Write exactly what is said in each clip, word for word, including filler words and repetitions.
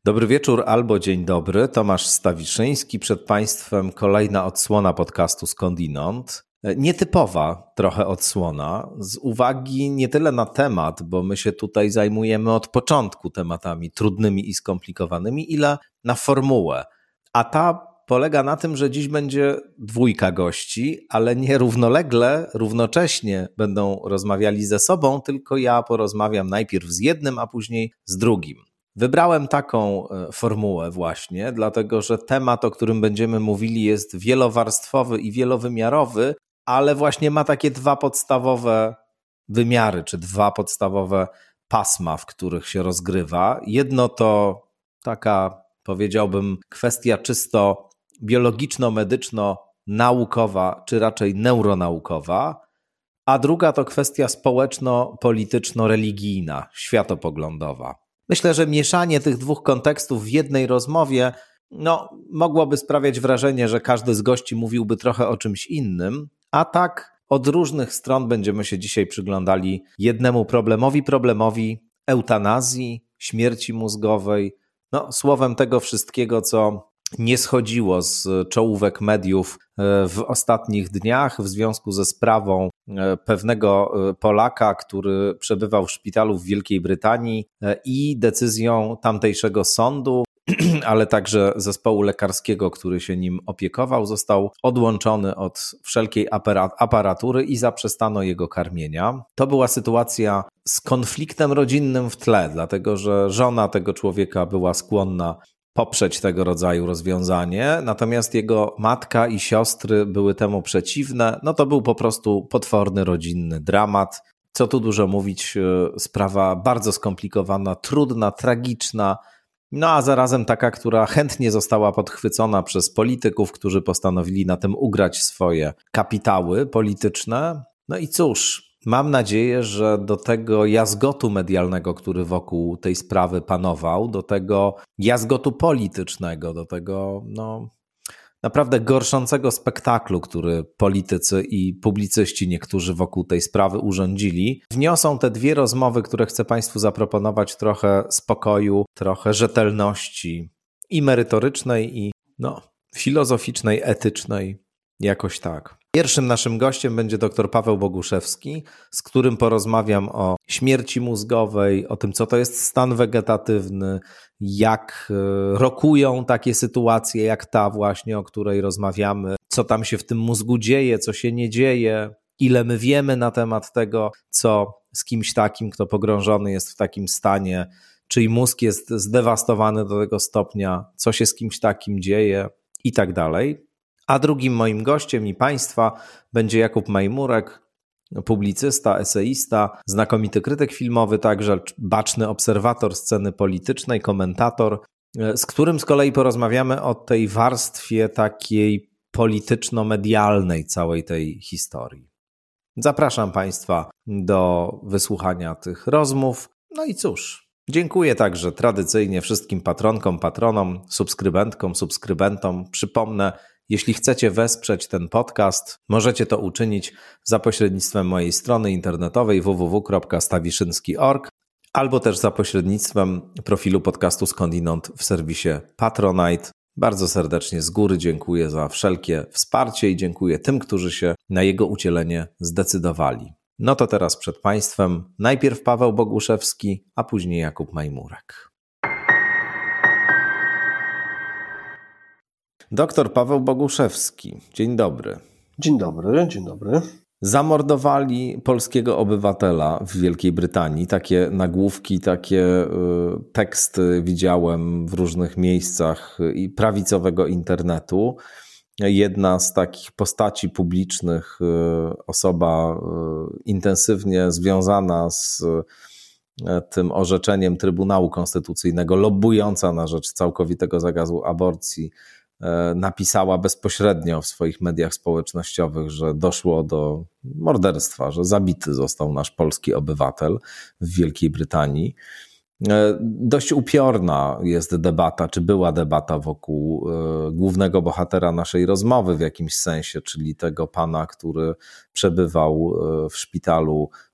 Dobry wieczór albo dzień dobry, Tomasz Stawiszyński, przed Państwem kolejna odsłona podcastu Skądinąd. Nietypowa trochę odsłona, z uwagi nie tyle na temat, bo my się tutaj zajmujemy od początku tematami trudnymi i skomplikowanymi, ile na formułę. A ta polega na tym, że dziś będzie dwójka gości, ale nie równolegle, równocześnie będą rozmawiali ze sobą, tylko ja porozmawiam najpierw z jednym, a później z drugim. Wybrałem taką formułę właśnie, dlatego że temat, o którym będziemy mówili, jest wielowarstwowy i wielowymiarowy, ale właśnie ma takie dwa podstawowe wymiary, czy dwa podstawowe pasma, w których się rozgrywa. Jedno to taka, powiedziałbym, kwestia czysto biologiczno-medyczno-naukowa, czy raczej neuronaukowa, a druga to kwestia społeczno-polityczno-religijna, światopoglądowa. Myślę, że mieszanie tych dwóch kontekstów w jednej rozmowie no, mogłoby sprawiać wrażenie, że każdy z gości mówiłby trochę o czymś innym, a tak od różnych stron będziemy się dzisiaj przyglądali jednemu problemowi, problemowi eutanazji, śmierci mózgowej, no, słowem tego wszystkiego, co nie schodziło z czołówek mediów w ostatnich dniach w związku ze sprawą pewnego Polaka, który przebywał w szpitalu w Wielkiej Brytanii i decyzją tamtejszego sądu, ale także zespołu lekarskiego, który się nim opiekował, został odłączony od wszelkiej aparatury i zaprzestano jego karmienia. To była sytuacja z konfliktem rodzinnym w tle, dlatego że żona tego człowieka była skłonna poprzeć tego rodzaju rozwiązanie, natomiast jego matka i siostry były temu przeciwne. No to był po prostu potworny rodzinny dramat. Co tu dużo mówić, sprawa bardzo skomplikowana, trudna, tragiczna, no a zarazem taka, która chętnie została podchwycona przez polityków, którzy postanowili na tym ugrać swoje kapitały polityczne. No i cóż, mam nadzieję, że do tego jazgotu medialnego, który wokół tej sprawy panował, do tego jazgotu politycznego, do tego no, naprawdę gorszącego spektaklu, który politycy i publicyści niektórzy wokół tej sprawy urządzili, wniosą te dwie rozmowy, które chcę Państwu zaproponować, trochę spokoju, trochę rzetelności i merytorycznej, i no, filozoficznej, etycznej, jakoś tak. Pierwszym naszym gościem będzie dr Paweł Boguszewski, z którym porozmawiam o śmierci mózgowej, o tym, co to jest stan wegetatywny, jak rokują takie sytuacje jak ta właśnie, o której rozmawiamy, co tam się w tym mózgu dzieje, co się nie dzieje, ile my wiemy na temat tego, co z kimś takim, kto pogrążony jest w takim stanie, czyj mózg jest zdewastowany do tego stopnia, co się z kimś takim dzieje i tak dalej. A drugim moim gościem i Państwa będzie Jakub Majmurek, publicysta, eseista, znakomity krytyk filmowy, także baczny obserwator sceny politycznej, komentator, z którym z kolei porozmawiamy o tej warstwie takiej polityczno-medialnej całej tej historii. Zapraszam Państwa do wysłuchania tych rozmów. No i cóż, dziękuję także tradycyjnie wszystkim patronkom, patronom, subskrybentkom, subskrybentom. Przypomnę, jeśli chcecie wesprzeć ten podcast, możecie to uczynić za pośrednictwem mojej strony internetowej w w w kropka stawiszynski kropka org albo też za pośrednictwem profilu podcastu Skądinąd w serwisie Patronite. Bardzo serdecznie z góry dziękuję za wszelkie wsparcie i dziękuję tym, którzy się na jego udzielenie zdecydowali. No to teraz przed Państwem najpierw Paweł Boguszewski, a później Jakub Majmurek. Doktor Paweł Boguszewski, dzień dobry. Dzień dobry, dzień dobry. Zamordowali polskiego obywatela w Wielkiej Brytanii. Takie nagłówki, takie teksty widziałem w różnych miejscach i prawicowego internetu. Jedna z takich postaci publicznych, osoba intensywnie związana z tym orzeczeniem Trybunału Konstytucyjnego, lobbująca na rzecz całkowitego zakazu aborcji, napisała bezpośrednio w swoich mediach społecznościowych, że doszło do morderstwa, że zabity został nasz polski obywatel w Wielkiej Brytanii. Dość upiorna jest debata, czy była debata wokół głównego bohatera naszej rozmowy w jakimś sensie, czyli tego pana, który przebywał w szpitalu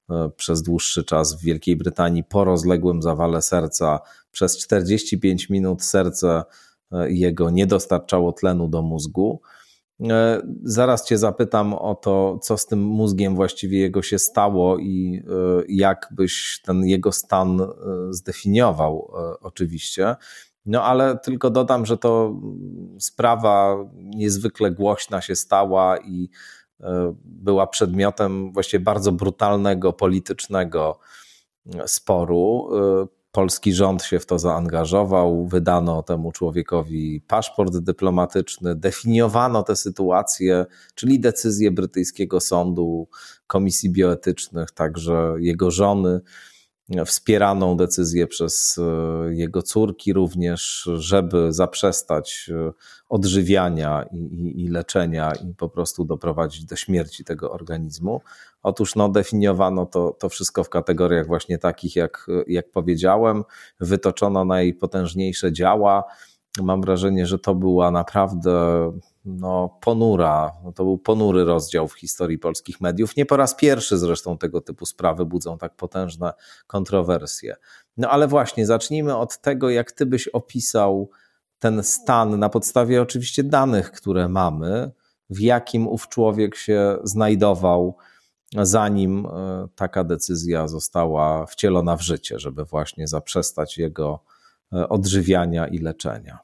przez dłuższy czas w Wielkiej Brytanii po rozległym zawale serca. Przez czterdzieści pięć minut serce jego nie dostarczało tlenu do mózgu. Zaraz cię zapytam o to, co z tym mózgiem właściwie jego się stało i jak byś ten jego stan zdefiniował oczywiście. No ale tylko dodam, że to sprawa niezwykle głośna się stała i była przedmiotem właściwie bardzo brutalnego, politycznego sporu. Polski rząd się w to zaangażował, wydano temu człowiekowi paszport dyplomatyczny, definiowano tę sytuację, czyli decyzję brytyjskiego sądu, komisji bioetycznych, także jego żony, wspieraną decyzję przez jego córki również, żeby zaprzestać odżywiania i, i, i leczenia i po prostu doprowadzić do śmierci tego organizmu. Otóż no, definiowano to, to wszystko w kategoriach właśnie takich, jak, jak powiedziałem, wytoczono najpotężniejsze działa. Mam wrażenie, że to była naprawdę no, ponura, to był ponury rozdział w historii polskich mediów. Nie po raz pierwszy zresztą tego typu sprawy budzą tak potężne kontrowersje. No ale właśnie, zacznijmy od tego, jak ty byś opisał ten stan na podstawie oczywiście danych, które mamy, w jakim ów człowiek się znajdował, zanim taka decyzja została wcielona w życie, żeby właśnie zaprzestać jego odżywiania i leczenia.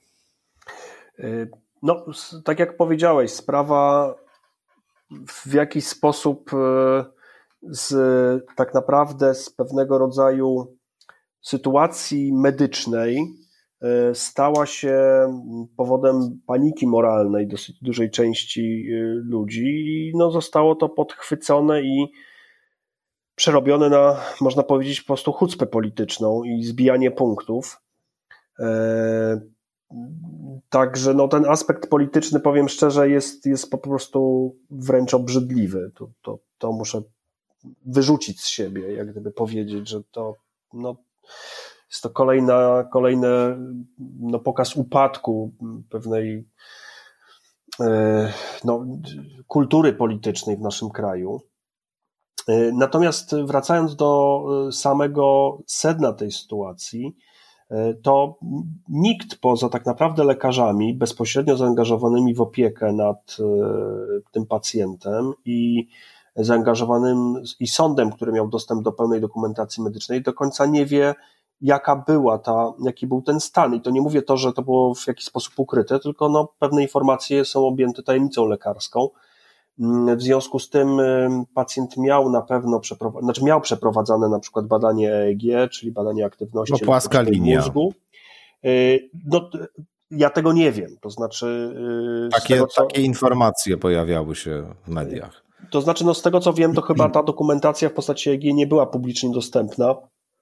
No, tak jak powiedziałeś, sprawa w jakiś sposób z, tak naprawdę z pewnego rodzaju sytuacji medycznej stała się powodem paniki moralnej dosyć dużej części ludzi i no, zostało to podchwycone i przerobione na, można powiedzieć, po prostu chucpę polityczną i zbijanie punktów. Także no, ten aspekt polityczny, powiem szczerze, jest, jest po prostu wręcz obrzydliwy. To, to, to muszę wyrzucić z siebie, jak gdyby powiedzieć, że to no, jest to kolejna, kolejny no, pokaz upadku pewnej no, kultury politycznej w naszym kraju. Natomiast wracając do samego sedna tej sytuacji, to nikt poza tak naprawdę lekarzami bezpośrednio zaangażowanymi w opiekę nad tym pacjentem i zaangażowanym i sądem, który miał dostęp do pełnej dokumentacji medycznej, do końca nie wie, jaka była ta, jaki był ten stan. I to nie mówię to, że to było w jakiś sposób ukryte, tylko no, pewne informacje są objęte tajemnicą lekarską. W związku z tym pacjent miał na pewno przeprowadzane, znaczy miał przeprowadzane na przykład badanie E E G, czyli badanie aktywności no, płaska linia mózgu. No, ja tego nie wiem, to znaczy... Takie, tego, co... takie informacje pojawiały się w mediach. To znaczy, no z tego co wiem, to chyba ta dokumentacja w postaci E E G nie była publicznie dostępna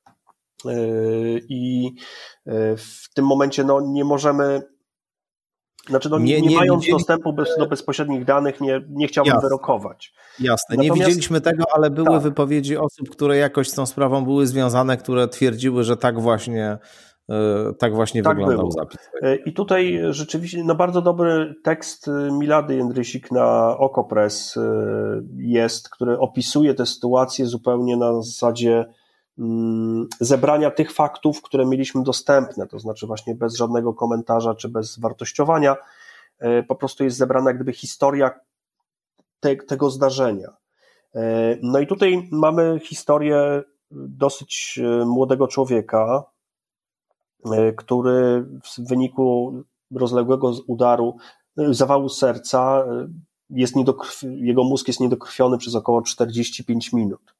i w tym momencie no, nie możemy... Znaczy, no, nie, nie, nie mając widzieli... dostępu bez, do bezpośrednich danych, nie, nie chciałbym Jasne. wyrokować. Jasne, Natomiast... nie widzieliśmy tego, ale były tak. wypowiedzi osób, które jakoś z tą sprawą były związane, które twierdziły, że tak właśnie, tak właśnie tak wyglądał było. zapis. I tutaj rzeczywiście no, bardzo dobry tekst Milady Jędrysik na Okopres jest, który opisuje tę sytuację zupełnie na zasadzie zebrania tych faktów, które mieliśmy dostępne, to znaczy właśnie bez żadnego komentarza czy bez wartościowania, po prostu jest zebrana jak gdyby historia te, tego zdarzenia. No i tutaj mamy historię dosyć młodego człowieka, który w wyniku rozległego udaru, zawału serca, jest niedokrwi- jego mózg jest niedokrwiony przez około czterdzieści pięć minut.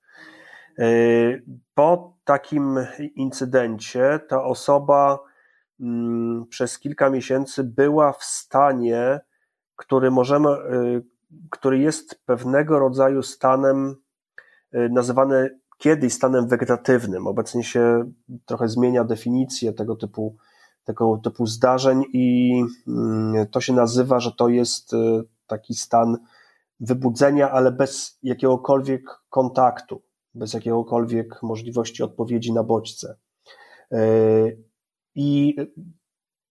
Po takim incydencie ta osoba przez kilka miesięcy była w stanie, który możemy, który jest pewnego rodzaju stanem nazywany kiedyś stanem wegetatywnym. Obecnie się trochę zmienia definicję tego typu, tego typu zdarzeń i to się nazywa, że to jest taki stan wybudzenia, ale bez jakiegokolwiek kontaktu, bez jakiegokolwiek możliwości odpowiedzi na bodźce. I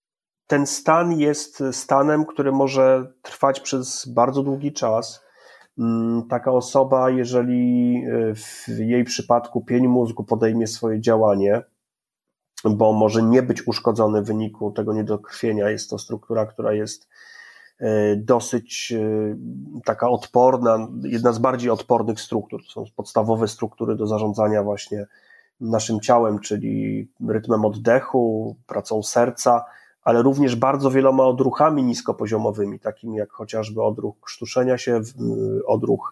ten stan jest stanem, który może trwać przez bardzo długi czas. Taka osoba, jeżeli w jej przypadku pień mózgu podejmie swoje działanie, bo może nie być uszkodzony w wyniku tego niedokrwienia, jest to struktura, która jest dosyć taka odporna, jedna z bardziej odpornych struktur. To są podstawowe struktury do zarządzania właśnie naszym ciałem, czyli rytmem oddechu, pracą serca, ale również bardzo wieloma odruchami niskopoziomowymi, takimi jak chociażby odruch krztuszenia się, odruch,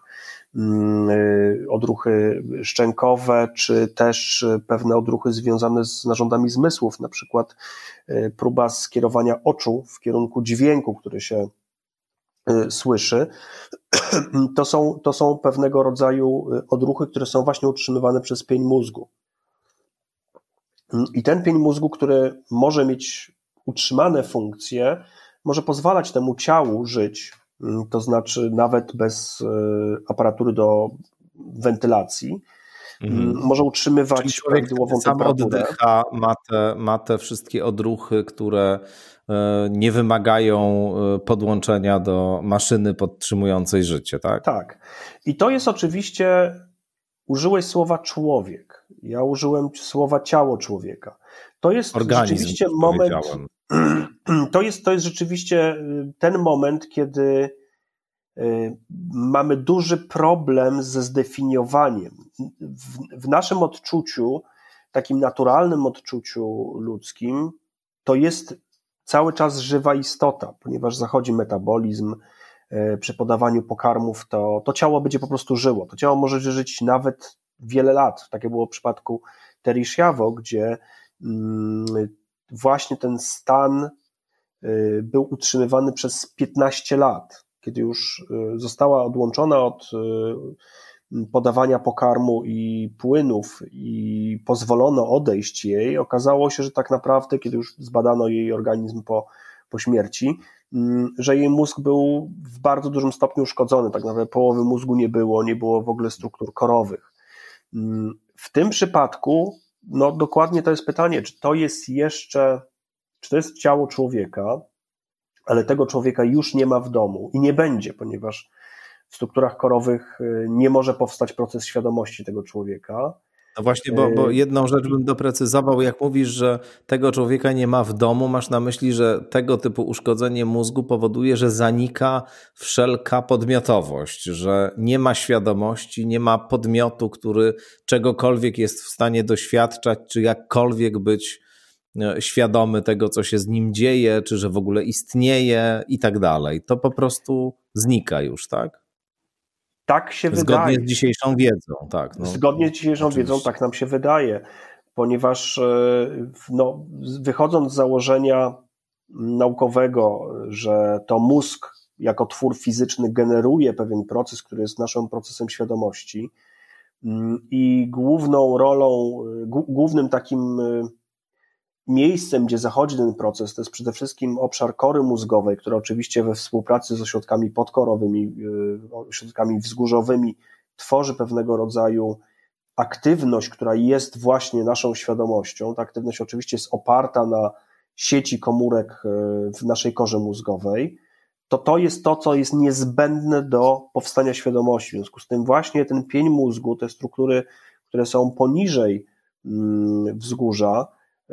odruchy szczękowe, czy też pewne odruchy związane z narządami zmysłów, na przykład próba skierowania oczu w kierunku dźwięku, który się słyszy. To są, to są pewnego rodzaju odruchy, które są właśnie utrzymywane przez pień mózgu. I ten pień mózgu, który może mieć utrzymane funkcje, może pozwalać temu ciału żyć, to znaczy nawet bez aparatury do wentylacji, mhm. może utrzymywać prawidłową sam temperaturę. Oddycha, ma te, ma te wszystkie odruchy, które nie wymagają podłączenia do maszyny podtrzymującej życie, tak? Tak. I to jest oczywiście, użyłeś słowa człowiek, ja użyłem słowa ciało człowieka. To jest Organizm, rzeczywiście moment, to jest, to jest rzeczywiście ten moment, kiedy mamy duży problem ze zdefiniowaniem. W, w naszym odczuciu, takim naturalnym odczuciu ludzkim, to jest cały czas żywa istota, ponieważ zachodzi metabolizm, przy podawaniu pokarmów to, to ciało będzie po prostu żyło. To ciało może żyć nawet wiele lat. Takie było w przypadku Terri Schiavo, gdzie właśnie ten stan był utrzymywany przez piętnaście lat. Kiedy już została odłączona od podawania pokarmu i płynów i pozwolono odejść jej, okazało się, że tak naprawdę, kiedy już zbadano jej organizm po, po śmierci, że jej mózg był w bardzo dużym stopniu uszkodzony. Tak naprawdę połowy mózgu nie było, nie było w ogóle struktur korowych. W tym przypadku, no dokładnie to jest pytanie, czy to jest jeszcze, czy to jest ciało człowieka, ale tego człowieka już nie ma w domu i nie będzie, ponieważ w strukturach korowych nie może powstać proces świadomości tego człowieka. No właśnie, bo, bo jedną rzecz bym doprecyzował, jak mówisz, że tego człowieka nie ma w domu, masz na myśli, że tego typu uszkodzenie mózgu powoduje, że zanika wszelka podmiotowość, że nie ma świadomości, nie ma podmiotu, który czegokolwiek jest w stanie doświadczać, czy jakkolwiek być świadomy tego, co się z nim dzieje, czy że w ogóle istnieje i tak dalej. To po prostu znika już, tak? Tak się Zgodnie wydaje. Zgodnie z dzisiejszą wiedzą, tak. No, Zgodnie z dzisiejszą oczywiście. wiedzą tak nam się wydaje, ponieważ no, wychodząc z założenia naukowego, że to mózg jako twór fizyczny generuje pewien proces, który jest naszym procesem świadomości i główną rolą, głównym takim miejscem, gdzie zachodzi ten proces, to jest przede wszystkim obszar kory mózgowej, która oczywiście we współpracy z ośrodkami podkorowymi, ośrodkami wzgórzowymi tworzy pewnego rodzaju aktywność, która jest właśnie naszą świadomością. Ta aktywność oczywiście jest oparta na sieci komórek w naszej korze mózgowej. To to jest to, co jest niezbędne do powstania świadomości. W związku z tym właśnie ten pień mózgu, te struktury, które są poniżej wzgórza,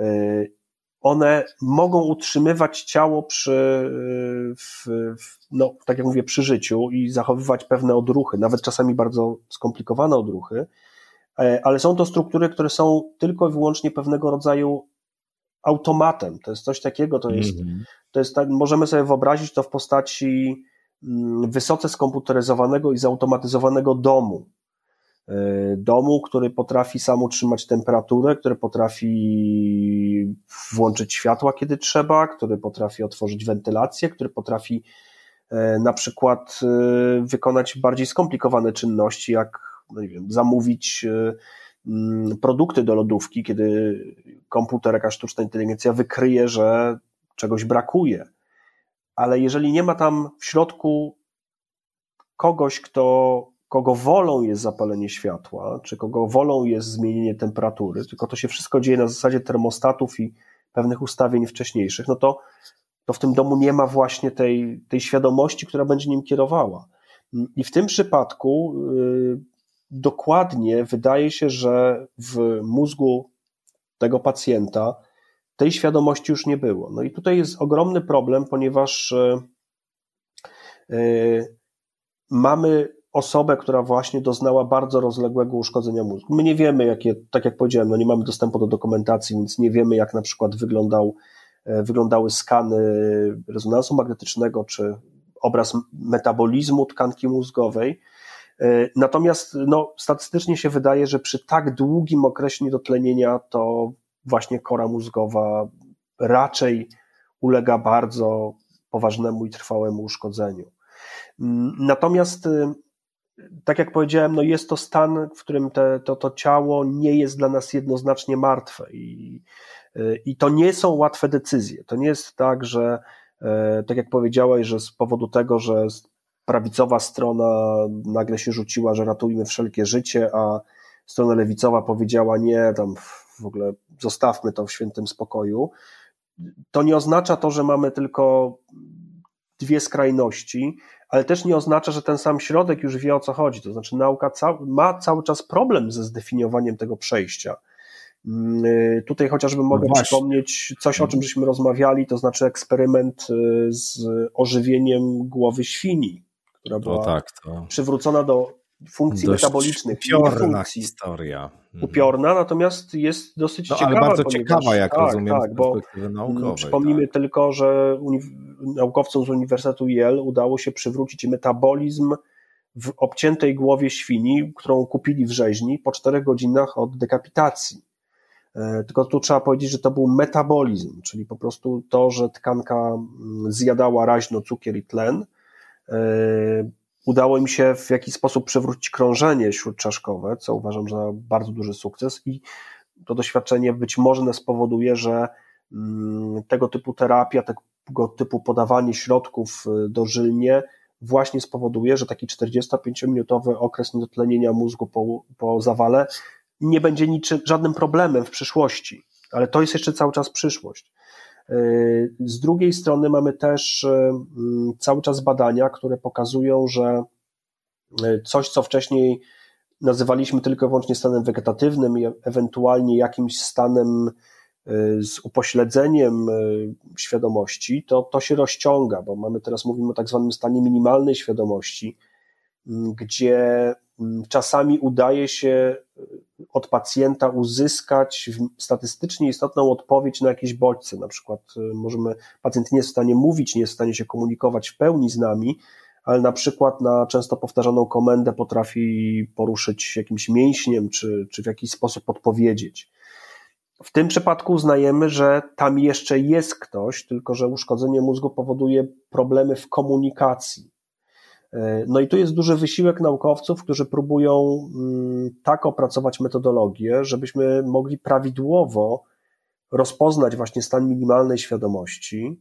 one mogą utrzymywać ciało przy, w, w, no, tak jak mówię, przy życiu i zachowywać pewne odruchy, nawet czasami bardzo skomplikowane odruchy, ale są to struktury, które są tylko i wyłącznie pewnego rodzaju automatem. To jest coś takiego, to jest, mm-hmm. to jest tak, możemy sobie wyobrazić to w postaci wysoce skomputeryzowanego i zautomatyzowanego domu. Domu, który potrafi sam utrzymać temperaturę, który potrafi włączyć światła, kiedy trzeba, który potrafi otworzyć wentylację, który potrafi na przykład wykonać bardziej skomplikowane czynności, jak no nie wiem, zamówić produkty do lodówki, kiedy komputer, jakaś sztuczna inteligencja wykryje, że czegoś brakuje. Ale jeżeli nie ma tam w środku kogoś, kto kogo wolą jest zapalenie światła, czy kogo wolą jest zmienienie temperatury, tylko to się wszystko dzieje na zasadzie termostatów i pewnych ustawień wcześniejszych, no to, to w tym domu nie ma właśnie tej, tej świadomości, która będzie nim kierowała. I w tym przypadku dokładnie wydaje się, że w mózgu tego pacjenta tej świadomości już nie było. No i tutaj jest ogromny problem, ponieważ mamy osobę, która właśnie doznała bardzo rozległego uszkodzenia mózgu. My nie wiemy, jakie, tak jak powiedziałem, no nie mamy dostępu do dokumentacji, więc nie wiemy, jak na przykład wyglądał, wyglądały skany rezonansu magnetycznego, czy obraz metabolizmu tkanki mózgowej. Natomiast no, statystycznie się wydaje, że przy tak długim okresie niedotlenienia to właśnie kora mózgowa raczej ulega bardzo poważnemu i trwałemu uszkodzeniu. Natomiast, tak jak powiedziałem, no jest to stan, w którym te, to, to ciało nie jest dla nas jednoznacznie martwe i, i to nie są łatwe decyzje. To nie jest tak, że tak jak powiedziałeś, że z powodu tego, że prawicowa strona nagle się rzuciła, że ratujmy wszelkie życie, a strona lewicowa powiedziała nie, tam w ogóle zostawmy to w świętym spokoju. To nie oznacza to, że mamy tylko dwie skrajności, ale też nie oznacza, że ten sam środek już wie, o co chodzi. To znaczy nauka ca- ma cały czas problem ze zdefiniowaniem tego przejścia. Yy, tutaj chociażby mogę no przypomnieć coś, o czym żeśmy rozmawiali, to znaczy eksperyment z ożywieniem głowy świni, która była to tak, to przywrócona do funkcji dość metabolicznych. upiorna funkcji. historia. Upiorna, natomiast jest dosyć no, ciekawa. Ale bardzo ponieważ, ciekawa, jak tak, rozumiem, tak, z bo perspektywy naukowej. Przypomnijmy tak. tylko, że uni- naukowcom z Uniwersytetu Yale udało się przywrócić metabolizm w obciętej głowie świni, którą kupili w rzeźni po czterech godzinach od dekapitacji. Tylko tu trzeba powiedzieć, że to był metabolizm, czyli po prostu to, że tkanka zjadała raźno cukier i tlen. Udało im się w jakiś sposób przywrócić krążenie śródczaszkowe, co uważam za bardzo duży sukces i to doświadczenie być może nas spowoduje, że tego typu terapia, tego typu podawanie środków dożylnie właśnie spowoduje, że taki czterdziestopięciominutowy okres niedotlenienia mózgu po, po zawale nie będzie niczym, żadnym problemem w przyszłości, ale to jest jeszcze cały czas przyszłość. Z drugiej strony mamy też cały czas badania, które pokazują, że coś, co wcześniej nazywaliśmy tylko i wyłącznie stanem wegetatywnym i ewentualnie jakimś stanem z upośledzeniem świadomości, to, to się rozciąga, bo mamy teraz, mówimy o tak zwanym stanie minimalnej świadomości, gdzie czasami udaje się od pacjenta uzyskać statystycznie istotną odpowiedź na jakieś bodźce. Na przykład możemy, pacjent nie jest w stanie mówić, nie jest w stanie się komunikować w pełni z nami, ale na przykład na często powtarzaną komendę potrafi poruszyć jakimś mięśniem, czy, czy w jakiś sposób odpowiedzieć. W tym przypadku uznajemy, że tam jeszcze jest ktoś, tylko że uszkodzenie mózgu powoduje problemy w komunikacji. No i tu jest duży wysiłek naukowców, którzy próbują tak opracować metodologię, żebyśmy mogli prawidłowo rozpoznać właśnie stan minimalnej świadomości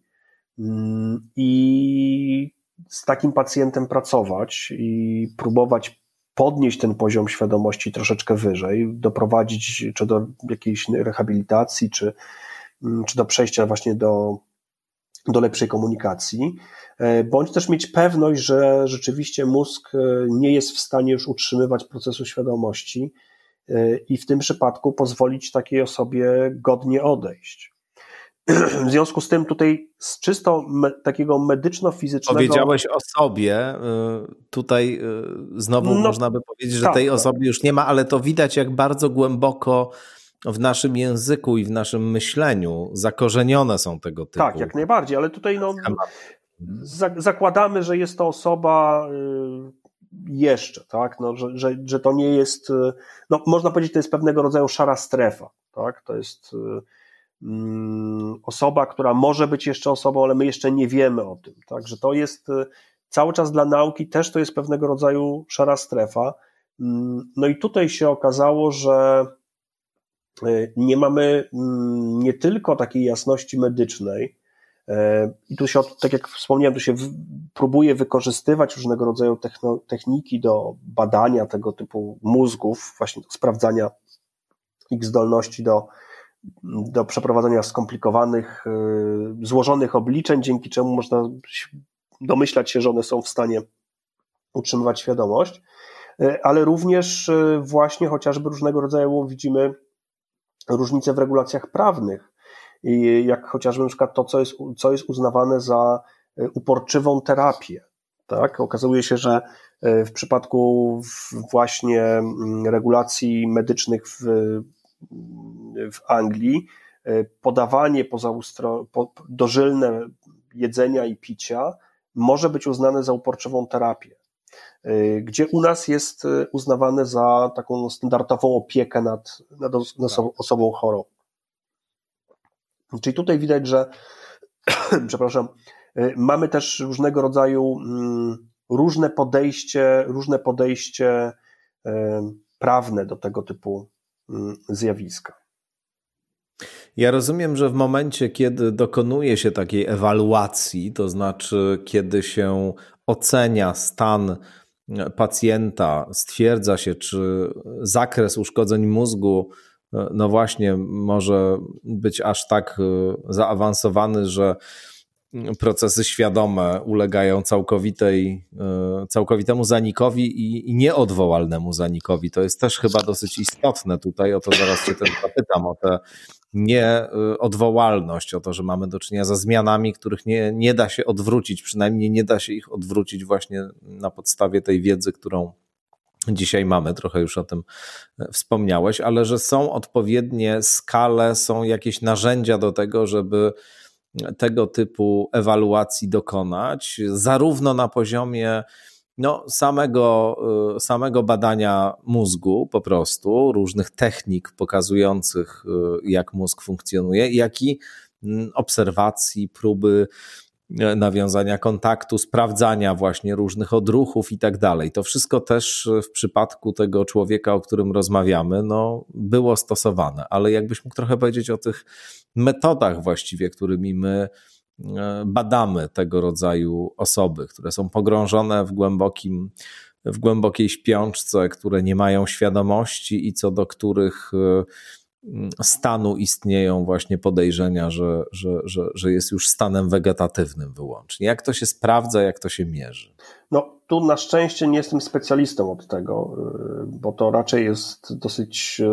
i z takim pacjentem pracować i próbować podnieść ten poziom świadomości troszeczkę wyżej, doprowadzić czy do jakiejś rehabilitacji, czy, czy do przejścia właśnie do, do lepszej komunikacji, bądź też mieć pewność, że rzeczywiście mózg nie jest w stanie już utrzymywać procesu świadomości i w tym przypadku pozwolić takiej osobie godnie odejść. W związku z tym tutaj z czysto me, takiego medyczno-fizycznego... Powiedziałeś o sobie, tutaj znowu no, można by powiedzieć, że tak, tej osoby tak. już nie ma, ale to widać, jak bardzo głęboko w naszym języku i w naszym myśleniu zakorzenione są tego typu. Tak, jak najbardziej, ale tutaj no, za, zakładamy, że jest to osoba jeszcze, tak, no, że, że, że to nie jest, no, można powiedzieć, to jest pewnego rodzaju szara strefa, tak, to jest um, osoba, która może być jeszcze osobą, ale my jeszcze nie wiemy o tym, tak, że to jest cały czas dla nauki też to jest pewnego rodzaju szara strefa. No i tutaj się okazało, że nie mamy nie tylko takiej jasności medycznej, i tu się, tak jak wspomniałem, tu się próbuje wykorzystywać różnego rodzaju techniki do badania tego typu mózgów, właśnie do sprawdzania ich zdolności do, do przeprowadzania skomplikowanych, złożonych obliczeń, dzięki czemu można domyślać się, że one są w stanie utrzymywać świadomość, ale również właśnie chociażby różnego rodzaju widzimy różnice w regulacjach prawnych, jak chociażby na przykład to, co jest, co jest uznawane za uporczywą terapię. Tak? Okazuje się, że w przypadku właśnie regulacji medycznych w, w Anglii podawanie pozaustro, po, dożylne jedzenia i picia może być uznane za uporczywą terapię, gdzie u nas jest uznawane za taką standardową opiekę nad, nad osobą, osobą chorą. Czyli tutaj widać, że przepraszam, mamy też różnego rodzaju różne podejście, różne podejście prawne do tego typu zjawiska. Ja rozumiem, że w momencie, kiedy dokonuje się takiej ewaluacji, to znaczy kiedy się ocenia stan pacjenta, stwierdza się, czy zakres uszkodzeń mózgu no właśnie może być aż tak zaawansowany, że procesy świadome ulegają całkowitej, całkowitemu zanikowi i, i nieodwołalnemu zanikowi. To jest też chyba dosyć istotne tutaj, o to zaraz cię też zapytam, o tę nieodwołalność, o to, że mamy do czynienia ze zmianami, których nie, nie da się odwrócić, przynajmniej nie da się ich odwrócić właśnie na podstawie tej wiedzy, którą dzisiaj mamy, trochę już o tym wspomniałeś, ale że są odpowiednie skale, są jakieś narzędzia do tego, żeby tego typu ewaluacji dokonać, zarówno na poziomie no, samego, samego badania mózgu po prostu, różnych technik pokazujących, jak mózg funkcjonuje, jak i obserwacji, próby nawiązania kontaktu, sprawdzania właśnie różnych odruchów i tak dalej. To wszystko też w przypadku tego człowieka, o którym rozmawiamy, no, było stosowane. Ale jakbyś mógł trochę powiedzieć o tych metodach właściwie, którymi my badamy tego rodzaju osoby, które są pogrążone w głębokim, w głębokiej śpiączce, które nie mają świadomości i co do których stanu istnieją właśnie podejrzenia, że, że, że, że jest już stanem wegetatywnym wyłącznie. Jak to się sprawdza, jak to się mierzy? No tu na szczęście nie jestem specjalistą od tego, bo to raczej jest dosyć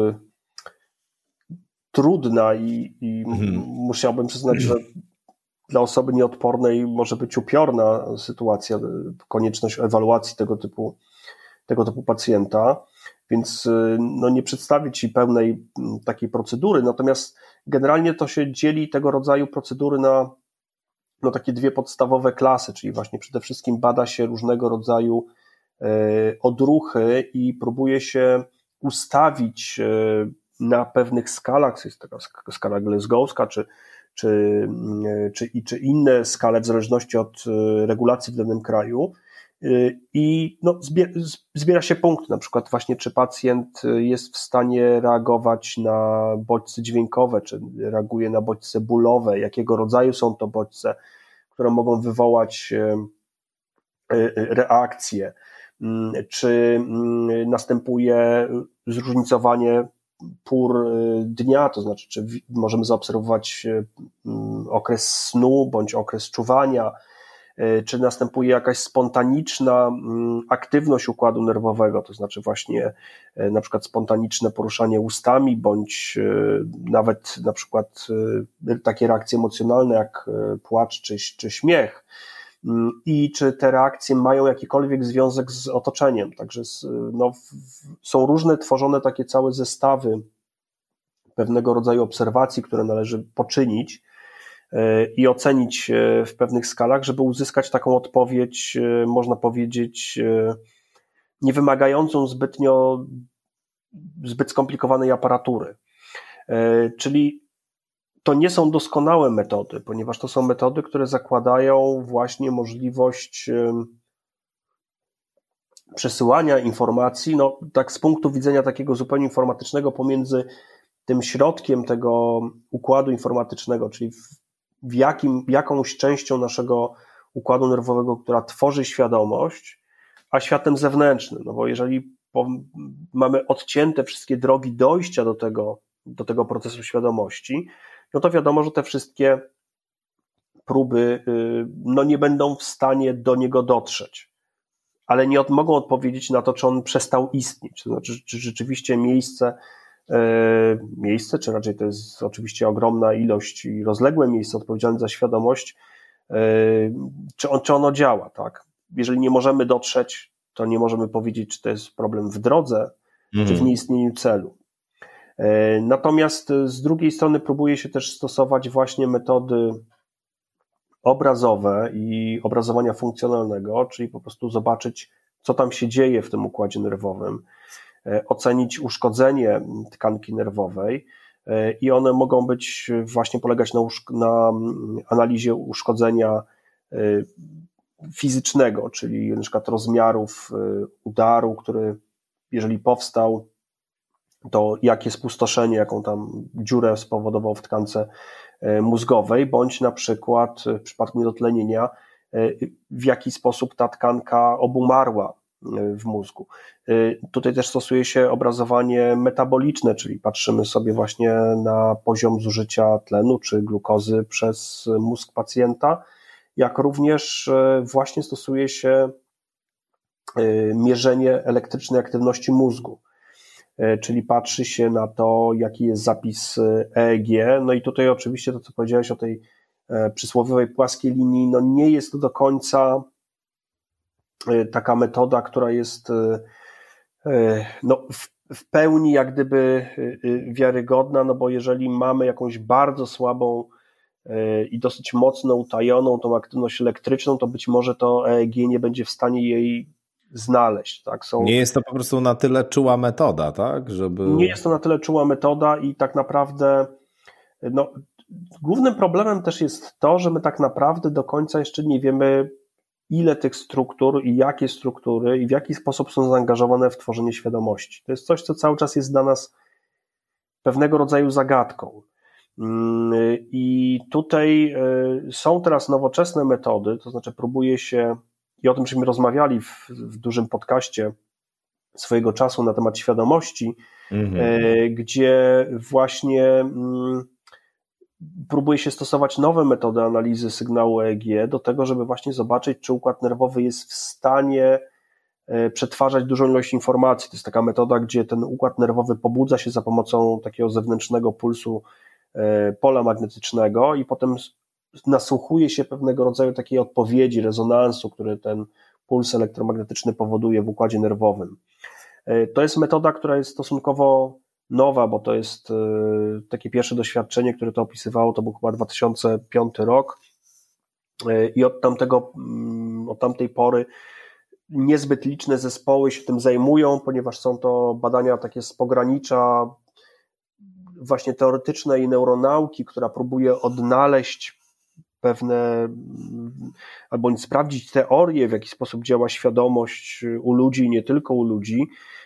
trudna i, i hmm. musiałbym przyznać, że dla osoby nieodpornej może być upiorna sytuacja, konieczność ewaluacji tego typu, tego typu pacjenta. Więc no, nie przedstawię Ci pełnej takiej procedury, natomiast generalnie to się dzieli tego rodzaju procedury na no, takie dwie podstawowe klasy, czyli właśnie przede wszystkim bada się różnego rodzaju e, odruchy i próbuje się ustawić e, na pewnych skalach, to jest taka skala glasgowska, czy, czy, czy, czy inne skale w zależności od regulacji w danym kraju. I no, zbiera się punkt, na przykład właśnie czy pacjent jest w stanie reagować na bodźce dźwiękowe, czy reaguje na bodźce bólowe, jakiego rodzaju są to bodźce, które mogą wywołać reakcje, czy następuje zróżnicowanie pór dnia, to znaczy czy możemy zaobserwować okres snu bądź okres czuwania, czy następuje jakaś spontaniczna aktywność układu nerwowego, to znaczy właśnie na przykład spontaniczne poruszanie ustami, bądź nawet na przykład takie reakcje emocjonalne jak płacz czy, czy śmiech, i czy te reakcje mają jakikolwiek związek z otoczeniem. Także no, są różne tworzone takie całe zestawy pewnego rodzaju obserwacji, które należy poczynić i ocenić w pewnych skalach, żeby uzyskać taką odpowiedź, można powiedzieć, nie wymagającą zbytnio zbyt skomplikowanej aparatury. Czyli to nie są doskonałe metody, ponieważ to są metody, które zakładają właśnie możliwość przesyłania informacji, no tak z punktu widzenia takiego zupełnie informatycznego pomiędzy tym środkiem tego układu informatycznego, czyli w, w jakim, jakąś częścią naszego układu nerwowego, która tworzy świadomość, a światem zewnętrznym, no bo jeżeli po, mamy odcięte wszystkie drogi dojścia do tego, do tego procesu świadomości, no to wiadomo, że te wszystkie próby no nie będą w stanie do niego dotrzeć. ale nie od, mogą odpowiedzieć na to, czy on przestał istnieć. To znaczy, czy rzeczywiście miejsce, yy, miejsce, czy raczej to jest oczywiście ogromna ilość i rozległe miejsce odpowiedzialne za świadomość, yy, czy, on, czy ono działa, tak? Jeżeli nie możemy dotrzeć, to nie możemy powiedzieć, czy to jest problem w drodze, mhm. czy w nieistnieniu celu. Yy, natomiast z drugiej strony próbuje się też stosować właśnie metody obrazowe i obrazowania funkcjonalnego, czyli po prostu zobaczyć, co tam się dzieje w tym układzie nerwowym, ocenić uszkodzenie tkanki nerwowej i one mogą być właśnie polegać na, uszk- na analizie uszkodzenia fizycznego, czyli na przykład rozmiarów udaru, który jeżeli powstał, to jakie spustoszenie, jaką tam dziurę spowodował w tkance mózgowej, bądź na przykład w przypadku niedotlenienia, w jaki sposób ta tkanka obumarła w mózgu. Tutaj też stosuje się obrazowanie metaboliczne, czyli patrzymy sobie właśnie na poziom zużycia tlenu czy glukozy przez mózg pacjenta, jak również właśnie stosuje się mierzenie elektrycznej aktywności mózgu, czyli patrzy się na to, jaki jest zapis E E G, no i tutaj oczywiście to, co powiedziałeś o tej przysłowiowej płaskiej linii, no nie jest to do końca taka metoda, która jest no, w, w pełni jak gdyby wiarygodna, no bo jeżeli mamy jakąś bardzo słabą i dosyć mocno utajoną tą aktywność elektryczną, to być może to E E G nie będzie w stanie jej znaleźć. Tak? Są... Nie jest to po prostu na tyle czuła metoda, tak? Żeby... Nie jest to na tyle czuła metoda i tak naprawdę no, głównym problemem też jest to, że my tak naprawdę do końca jeszcze nie wiemy, ile tych struktur i jakie struktury i w jaki sposób są zaangażowane w tworzenie świadomości. To jest coś, co cały czas jest dla nas pewnego rodzaju zagadką. I tutaj są teraz nowoczesne metody, to znaczy próbuje się, i o tym żeśmy rozmawiali w, w dużym podcaście swojego czasu na temat świadomości, mhm. gdzie właśnie próbuje się stosować nowe metody analizy sygnału E E G do tego, żeby właśnie zobaczyć, czy układ nerwowy jest w stanie przetwarzać dużą ilość informacji. To jest taka metoda, gdzie ten układ nerwowy pobudza się za pomocą takiego zewnętrznego pulsu pola magnetycznego i potem nasłuchuje się pewnego rodzaju takiej odpowiedzi, rezonansu, który ten puls elektromagnetyczny powoduje w układzie nerwowym. To jest metoda, która jest stosunkowo nowa, bo to jest takie pierwsze doświadczenie, które to opisywało, to był chyba dwa tysiące piąty rok i od tamtego, od tamtej pory niezbyt liczne zespoły się tym zajmują, ponieważ są to badania takie z pogranicza właśnie teoretycznej neuronauki, która próbuje odnaleźć pewne, albo sprawdzić teorię, w jaki sposób działa świadomość u ludzi i nie tylko u ludzi,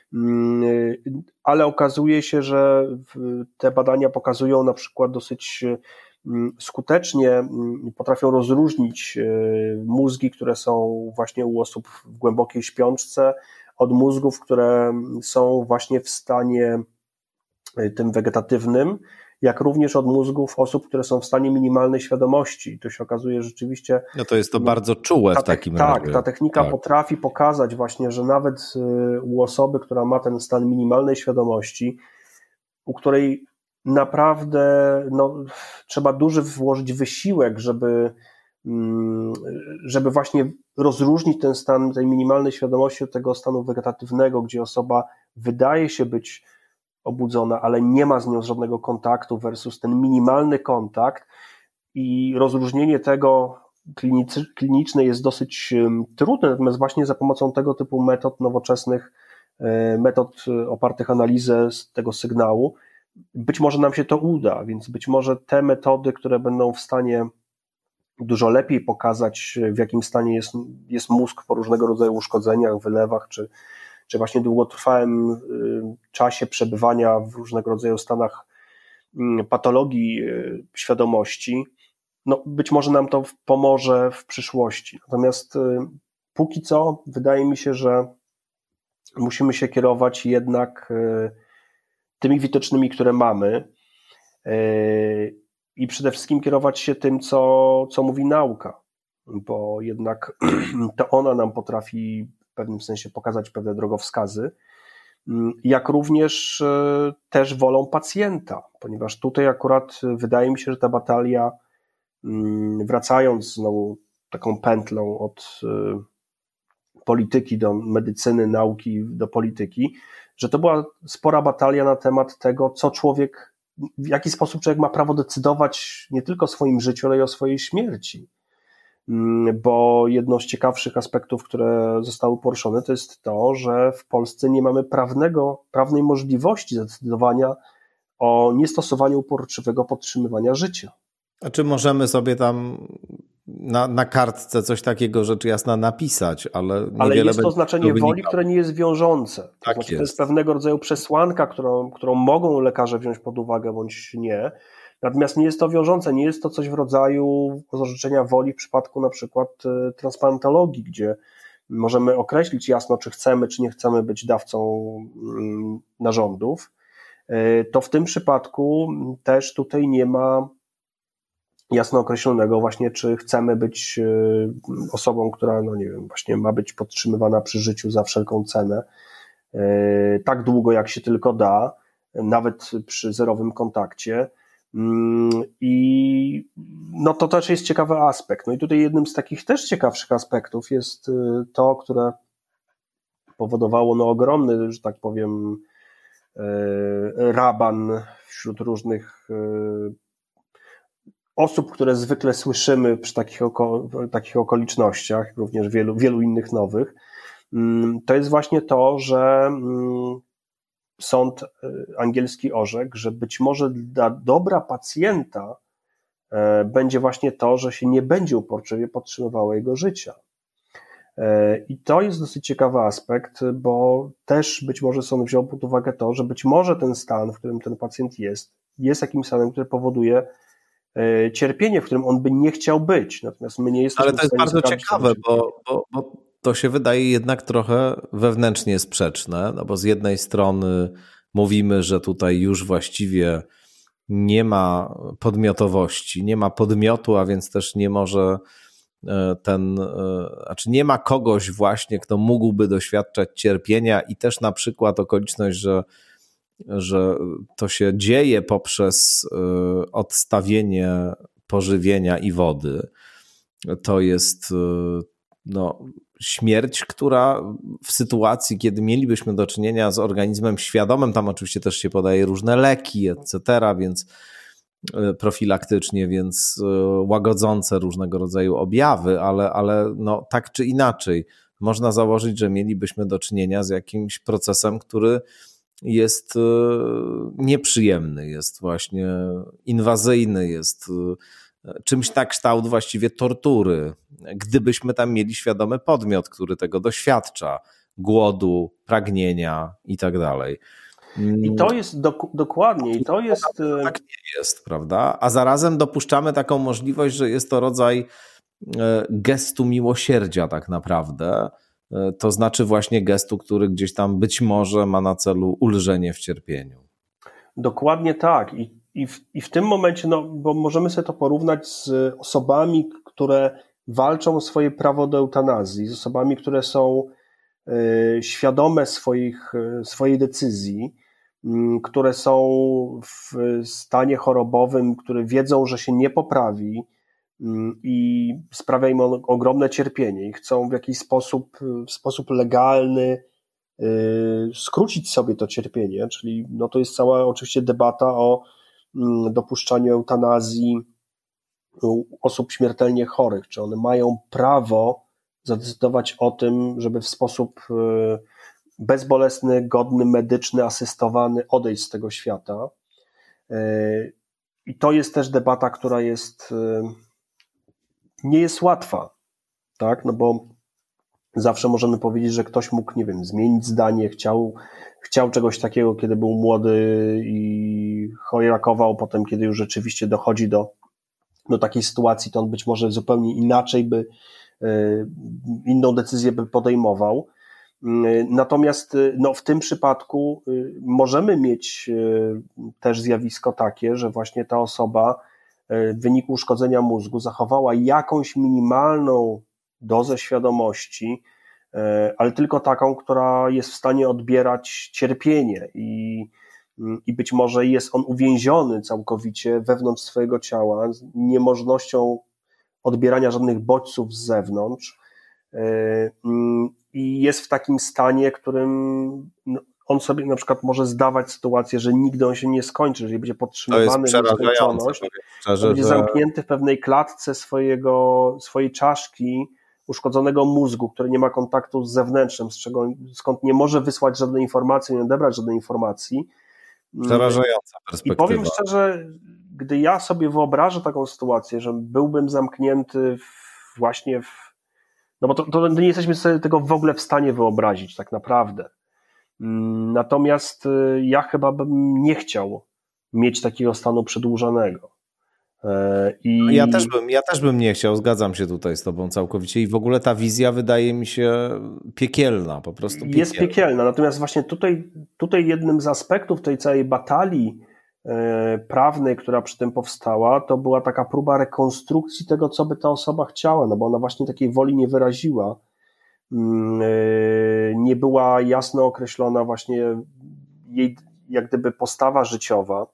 ale okazuje się, że te badania pokazują na przykład dosyć skutecznie, potrafią rozróżnić mózgi, które są właśnie u osób w głębokiej śpiączce, od mózgów, które są właśnie w stanie tym wegetatywnym, jak również od mózgów osób, które są w stanie minimalnej świadomości. I to się okazuje że rzeczywiście... No to jest to bardzo czułe w takim razie. Tak, ta technika tak. potrafi pokazać właśnie, że nawet u osoby, która ma ten stan minimalnej świadomości, u której naprawdę no, trzeba duży włożyć wysiłek, żeby, żeby właśnie rozróżnić ten stan tej minimalnej świadomości od tego stanu wegetatywnego, gdzie osoba wydaje się być obudzona, ale nie ma z nią żadnego kontaktu versus ten minimalny kontakt i rozróżnienie tego klinicy, kliniczne jest dosyć trudne, natomiast właśnie za pomocą tego typu metod nowoczesnych, metod opartych o analizę tego sygnału, być może nam się to uda, więc być może te metody, które będą w stanie dużo lepiej pokazać, w jakim stanie jest, jest mózg po różnego rodzaju uszkodzeniach, wylewach, czy czy właśnie długotrwałym czasie przebywania w różnego rodzaju stanach patologii świadomości, no być może nam to pomoże w przyszłości. Natomiast póki co wydaje mi się, że musimy się kierować jednak tymi wytycznymi, które mamy i przede wszystkim kierować się tym, co, co mówi nauka, bo jednak to ona nam potrafi w pewnym sensie pokazać pewne drogowskazy, jak również też wolą pacjenta, ponieważ tutaj akurat wydaje mi się, że ta batalia, wracając znowu taką pętlą od polityki do medycyny, nauki do polityki, że to była spora batalia na temat tego, co człowiek, w jaki sposób człowiek ma prawo decydować nie tylko o swoim życiu, ale i o swojej śmierci. Bo jedną z ciekawszych aspektów, które zostały poruszone, to jest to, że w Polsce nie mamy prawnego, prawnej możliwości zdecydowania o niestosowaniu uporczywego podtrzymywania życia. A czy możemy sobie tam na, na kartce coś takiego rzecz jasna napisać, ale niewiele Ale jest to będzie znaczenie wynikało. woli, które nie jest wiążące. To Tak znaczy, jest. to jest pewnego rodzaju przesłanka, którą, którą mogą lekarze wziąć pod uwagę bądź nie. Natomiast nie jest to wiążące, nie jest to coś w rodzaju orzeczenia woli w przypadku na przykład transplantologii, gdzie możemy określić jasno, czy chcemy, czy nie chcemy być dawcą narządów. To w tym przypadku też tutaj nie ma jasno określonego właśnie, czy chcemy być osobą, która, no nie wiem, właśnie ma być podtrzymywana przy życiu za wszelką cenę, tak długo jak się tylko da, nawet przy zerowym kontakcie. I no to też jest ciekawy aspekt. No i tutaj jednym z takich też ciekawszych aspektów jest to, które powodowało no ogromny, że tak powiem, raban wśród różnych osób, które zwykle słyszymy przy takich, oko, takich okolicznościach, również wielu, wielu innych nowych. To jest właśnie to, że sąd angielski orzekł, że być może dla dobra pacjenta będzie właśnie to, że się nie będzie uporczywie podtrzymywało jego życia. I to jest dosyć ciekawy aspekt, bo też być może sąd wziął pod uwagę to, że być może ten stan, w którym ten pacjent jest, jest jakimś stanem, który powoduje cierpienie, w którym on by nie chciał być. Natomiast my nie jesteśmy. Ale to jest bardzo ciekawe, bo, bo, bo to się wydaje jednak trochę wewnętrznie sprzeczne, no bo z jednej strony mówimy, że tutaj już właściwie nie ma podmiotowości, nie ma podmiotu, a więc też nie może ten, znaczy nie ma kogoś właśnie, kto mógłby doświadczać cierpienia i też na przykład okoliczność, że, że to się dzieje poprzez odstawienie pożywienia i wody. To jest no, śmierć, która w sytuacji, kiedy mielibyśmy do czynienia z organizmem świadomym, tam oczywiście też się podaje różne leki, et cetera, więc profilaktycznie, więc łagodzące różnego rodzaju objawy, ale, ale no, tak czy inaczej można założyć, że mielibyśmy do czynienia z jakimś procesem, który jest nieprzyjemny, jest właśnie inwazyjny, jest czymś na kształt właściwie tortury. Gdybyśmy tam mieli świadomy podmiot, który tego doświadcza, głodu, pragnienia i tak dalej. I to jest dok- dokładnie, i to jest... Tak nie jest, prawda? A zarazem dopuszczamy taką możliwość, że jest to rodzaj gestu miłosierdzia tak naprawdę. To znaczy właśnie gestu, który gdzieś tam być może ma na celu ulżenie w cierpieniu. Dokładnie tak. I, i, w, i w tym momencie, no, bo możemy sobie to porównać z osobami, które walczą o swoje prawo do eutanazji, z osobami, które są y, świadome swoich, y, swojej decyzji, y, które są w stanie chorobowym, które wiedzą, że się nie poprawi y, i sprawia im ogromne cierpienie i chcą w jakiś sposób, w sposób legalny skrócić sobie to cierpienie, czyli no to jest cała oczywiście debata o dopuszczaniu eutanazji osób śmiertelnie chorych, czy one mają prawo zadecydować o tym, żeby w sposób bezbolesny, godny, medyczny, asystowany odejść z tego świata. I to jest też debata, która jest nie jest łatwa, tak, no bo zawsze możemy powiedzieć, że ktoś mógł, nie wiem, zmienić zdanie, chciał, chciał czegoś takiego, kiedy był młody i chojrakował, potem kiedy już rzeczywiście dochodzi do, do takiej sytuacji, to on być może zupełnie inaczej by, inną decyzję by podejmował. Natomiast no, w tym przypadku możemy mieć też zjawisko takie, że właśnie ta osoba w wyniku uszkodzenia mózgu zachowała jakąś minimalną dozę świadomości, ale tylko taką, która jest w stanie odbierać cierpienie i, i być może jest on uwięziony całkowicie wewnątrz swojego ciała, z niemożnością odbierania żadnych bodźców z zewnątrz i jest w takim stanie, którym on sobie na przykład może zdawać sytuację, że nigdy on się nie skończy, jeżeli będzie podtrzymywany w nieskończoność, to będzie zamknięty w pewnej klatce swojego, swojej czaszki, uszkodzonego mózgu, który nie ma kontaktu z zewnętrznym, z czego, skąd nie może wysłać żadnej informacji, nie odebrać żadnej informacji. Przerażająca perspektywa. I powiem szczerze, gdy ja sobie wyobrażę taką sytuację, że byłbym zamknięty w, właśnie w... No bo to, to nie jesteśmy sobie tego w ogóle w stanie wyobrazić tak naprawdę. Natomiast ja chyba bym nie chciał mieć takiego stanu przedłużonego. I... Ja też bym, ja też bym nie chciał, zgadzam się tutaj z tobą całkowicie i w ogóle ta wizja wydaje mi się piekielna, po prostu piekielna. Jest piekielna, natomiast właśnie tutaj, tutaj jednym z aspektów tej całej batalii e, prawnej, która przy tym powstała, to była taka próba rekonstrukcji tego, co by ta osoba chciała, no bo ona właśnie takiej woli nie wyraziła, e, nie była jasno określona właśnie jej jak gdyby postawa życiowa.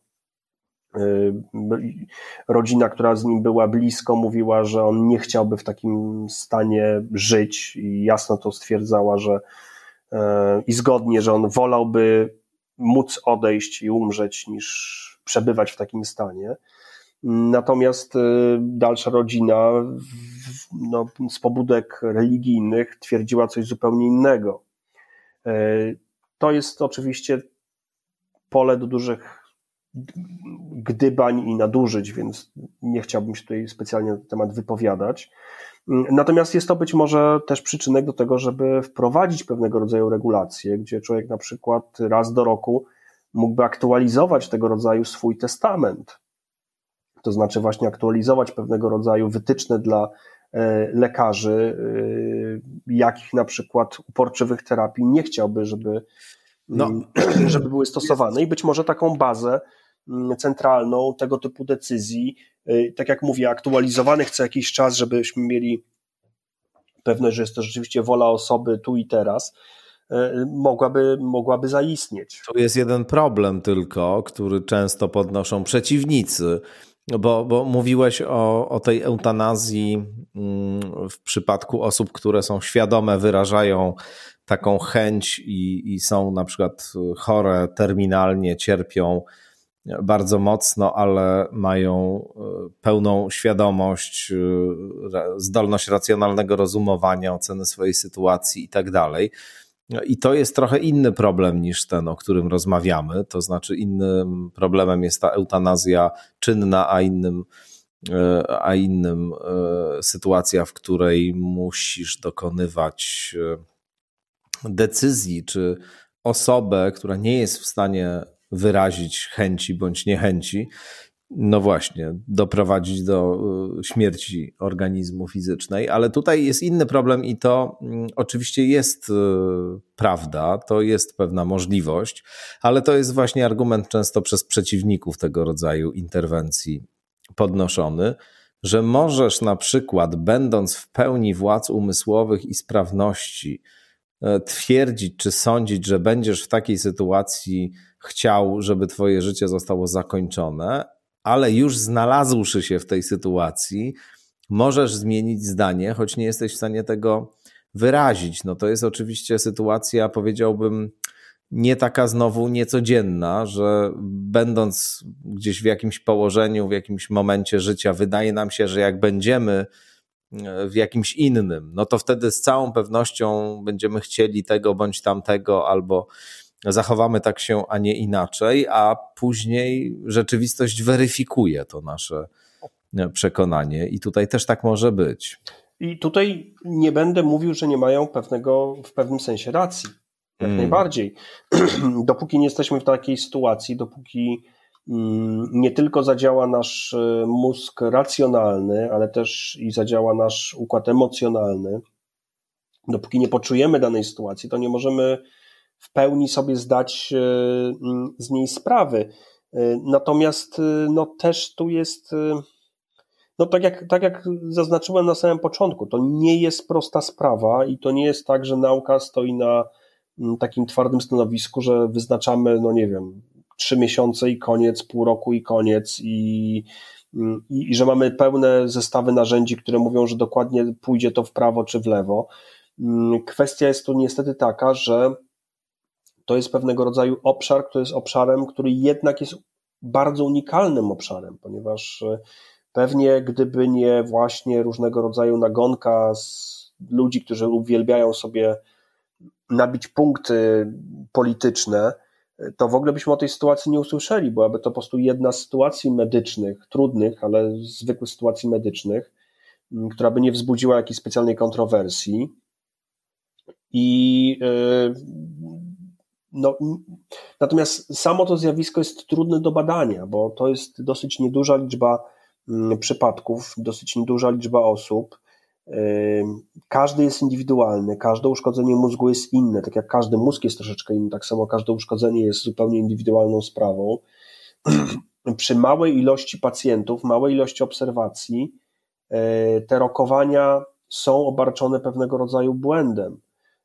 Rodzina, która z nim była blisko, mówiła, że on nie chciałby w takim stanie żyć i jasno to stwierdzała, że i zgodnie, że on wolałby móc odejść i umrzeć niż przebywać w takim stanie. Natomiast dalsza rodzina no, z pobudek religijnych twierdziła coś zupełnie innego. To jest oczywiście pole do dużych gdybań i nadużyć, więc nie chciałbym się tutaj specjalnie na ten temat wypowiadać. Natomiast jest to być może też przyczynek do tego, żeby wprowadzić pewnego rodzaju regulacje, gdzie człowiek na przykład raz do roku mógłby aktualizować tego rodzaju swój testament. To znaczy właśnie aktualizować pewnego rodzaju wytyczne dla lekarzy, jakich na przykład uporczywych terapii nie chciałby, żeby, no, żeby były stosowane i być może taką bazę centralną tego typu decyzji, tak jak mówię, aktualizowanych co jakiś czas, żebyśmy mieli pewność, że jest to rzeczywiście wola osoby tu i teraz, mogłaby, mogłaby zaistnieć. Tu jest jeden problem tylko, który często podnoszą przeciwnicy, bo, bo mówiłeś o, o tej eutanazji w przypadku osób, które są świadome, wyrażają taką chęć i, i są na przykład chore terminalnie, cierpią bardzo mocno, ale mają pełną świadomość, zdolność racjonalnego rozumowania, oceny swojej sytuacji i tak dalej. I to jest trochę inny problem niż ten, o którym rozmawiamy. To znaczy innym problemem jest ta eutanazja czynna, a innym, a innym sytuacja, w której musisz dokonywać decyzji, czy osobę, która nie jest w stanie wyrazić chęci bądź niechęci, no właśnie, doprowadzić do śmierci organizmu fizycznej, ale tutaj jest inny problem i to oczywiście jest prawda, to jest pewna możliwość, ale to jest właśnie argument często przez przeciwników tego rodzaju interwencji podnoszony, że możesz na przykład, będąc w pełni władz umysłowych i sprawności, twierdzić czy sądzić, że będziesz w takiej sytuacji chciał, żeby twoje życie zostało zakończone, ale już znalazłszy się w tej sytuacji, możesz zmienić zdanie, choć nie jesteś w stanie tego wyrazić. No to jest oczywiście sytuacja, powiedziałbym, nie taka znowu niecodzienna, że będąc gdzieś w jakimś położeniu, w jakimś momencie życia, wydaje nam się, że jak będziemy w jakimś innym, no to wtedy z całą pewnością będziemy chcieli tego bądź tamtego, albo zachowamy tak się, a nie inaczej, a później rzeczywistość weryfikuje to nasze przekonanie i tutaj też tak może być. I tutaj nie będę mówił, że nie mają pewnego, w pewnym sensie racji. Jak hmm. najbardziej. Dopóki nie jesteśmy w takiej sytuacji, dopóki nie tylko zadziała nasz mózg racjonalny, ale też i zadziała nasz układ emocjonalny, dopóki nie poczujemy danej sytuacji, to nie możemy w pełni sobie zdać z niej sprawy. Natomiast no, też tu jest No tak jak, tak jak zaznaczyłem na samym początku, to nie jest prosta sprawa i to nie jest tak, że nauka stoi na takim twardym stanowisku, że wyznaczamy, no nie wiem, trzy miesiące i koniec, pół roku i koniec i, i, i że mamy pełne zestawy narzędzi, które mówią, że dokładnie pójdzie to w prawo czy w lewo. Kwestia jest tu niestety taka, że to jest pewnego rodzaju obszar, który jest obszarem, który jednak jest bardzo unikalnym obszarem, ponieważ pewnie gdyby nie właśnie różnego rodzaju nagonka z ludzi, którzy uwielbiają sobie nabić punkty polityczne, to w ogóle byśmy o tej sytuacji nie usłyszeli, byłaby to po prostu jedna z sytuacji medycznych, trudnych, ale zwykłych sytuacji medycznych, która by nie wzbudziła jakiejś specjalnej kontrowersji. I no, natomiast samo to zjawisko jest trudne do badania, bo to jest dosyć nieduża liczba przypadków, dosyć nieduża liczba osób. Każdy jest indywidualny, każde uszkodzenie mózgu jest inne, tak jak każdy mózg jest troszeczkę inny, tak samo każde uszkodzenie jest zupełnie indywidualną sprawą. Przy małej ilości pacjentów, małej ilości obserwacji te rokowania są obarczone pewnego rodzaju błędem.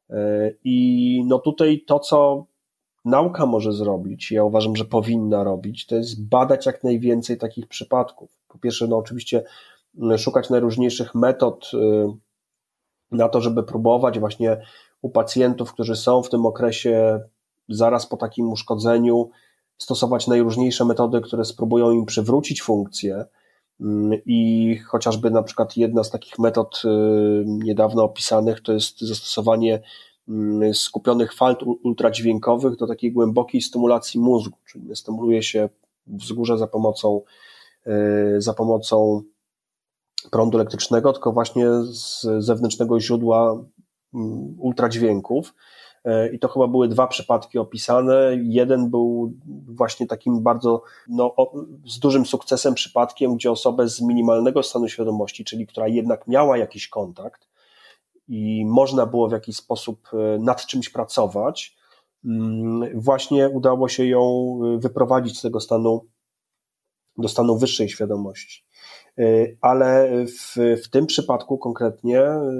I no tutaj to, co nauka może zrobić, ja uważam, że powinna robić, to jest badać jak najwięcej takich przypadków. Po pierwsze, no oczywiście szukać najróżniejszych metod na to, żeby próbować właśnie u pacjentów, którzy są w tym okresie zaraz po takim uszkodzeniu, stosować najróżniejsze metody, które spróbują im przywrócić funkcję. I chociażby na przykład jedna z takich metod niedawno opisanych to jest zastosowanie skupionych fal ultradźwiękowych do takiej głębokiej stymulacji mózgu, czyli stymuluje się wzgórze za pomocą, za pomocą prądu elektrycznego, tylko właśnie z zewnętrznego źródła ultradźwięków. I to chyba były dwa przypadki opisane. Jeden był właśnie takim bardzo, no, z dużym sukcesem przypadkiem, gdzie osobę z minimalnego stanu świadomości, czyli która jednak miała jakiś kontakt i można było w jakiś sposób nad czymś pracować, właśnie udało się ją wyprowadzić z tego stanu do stanu wyższej świadomości. Ale w, w tym przypadku konkretnie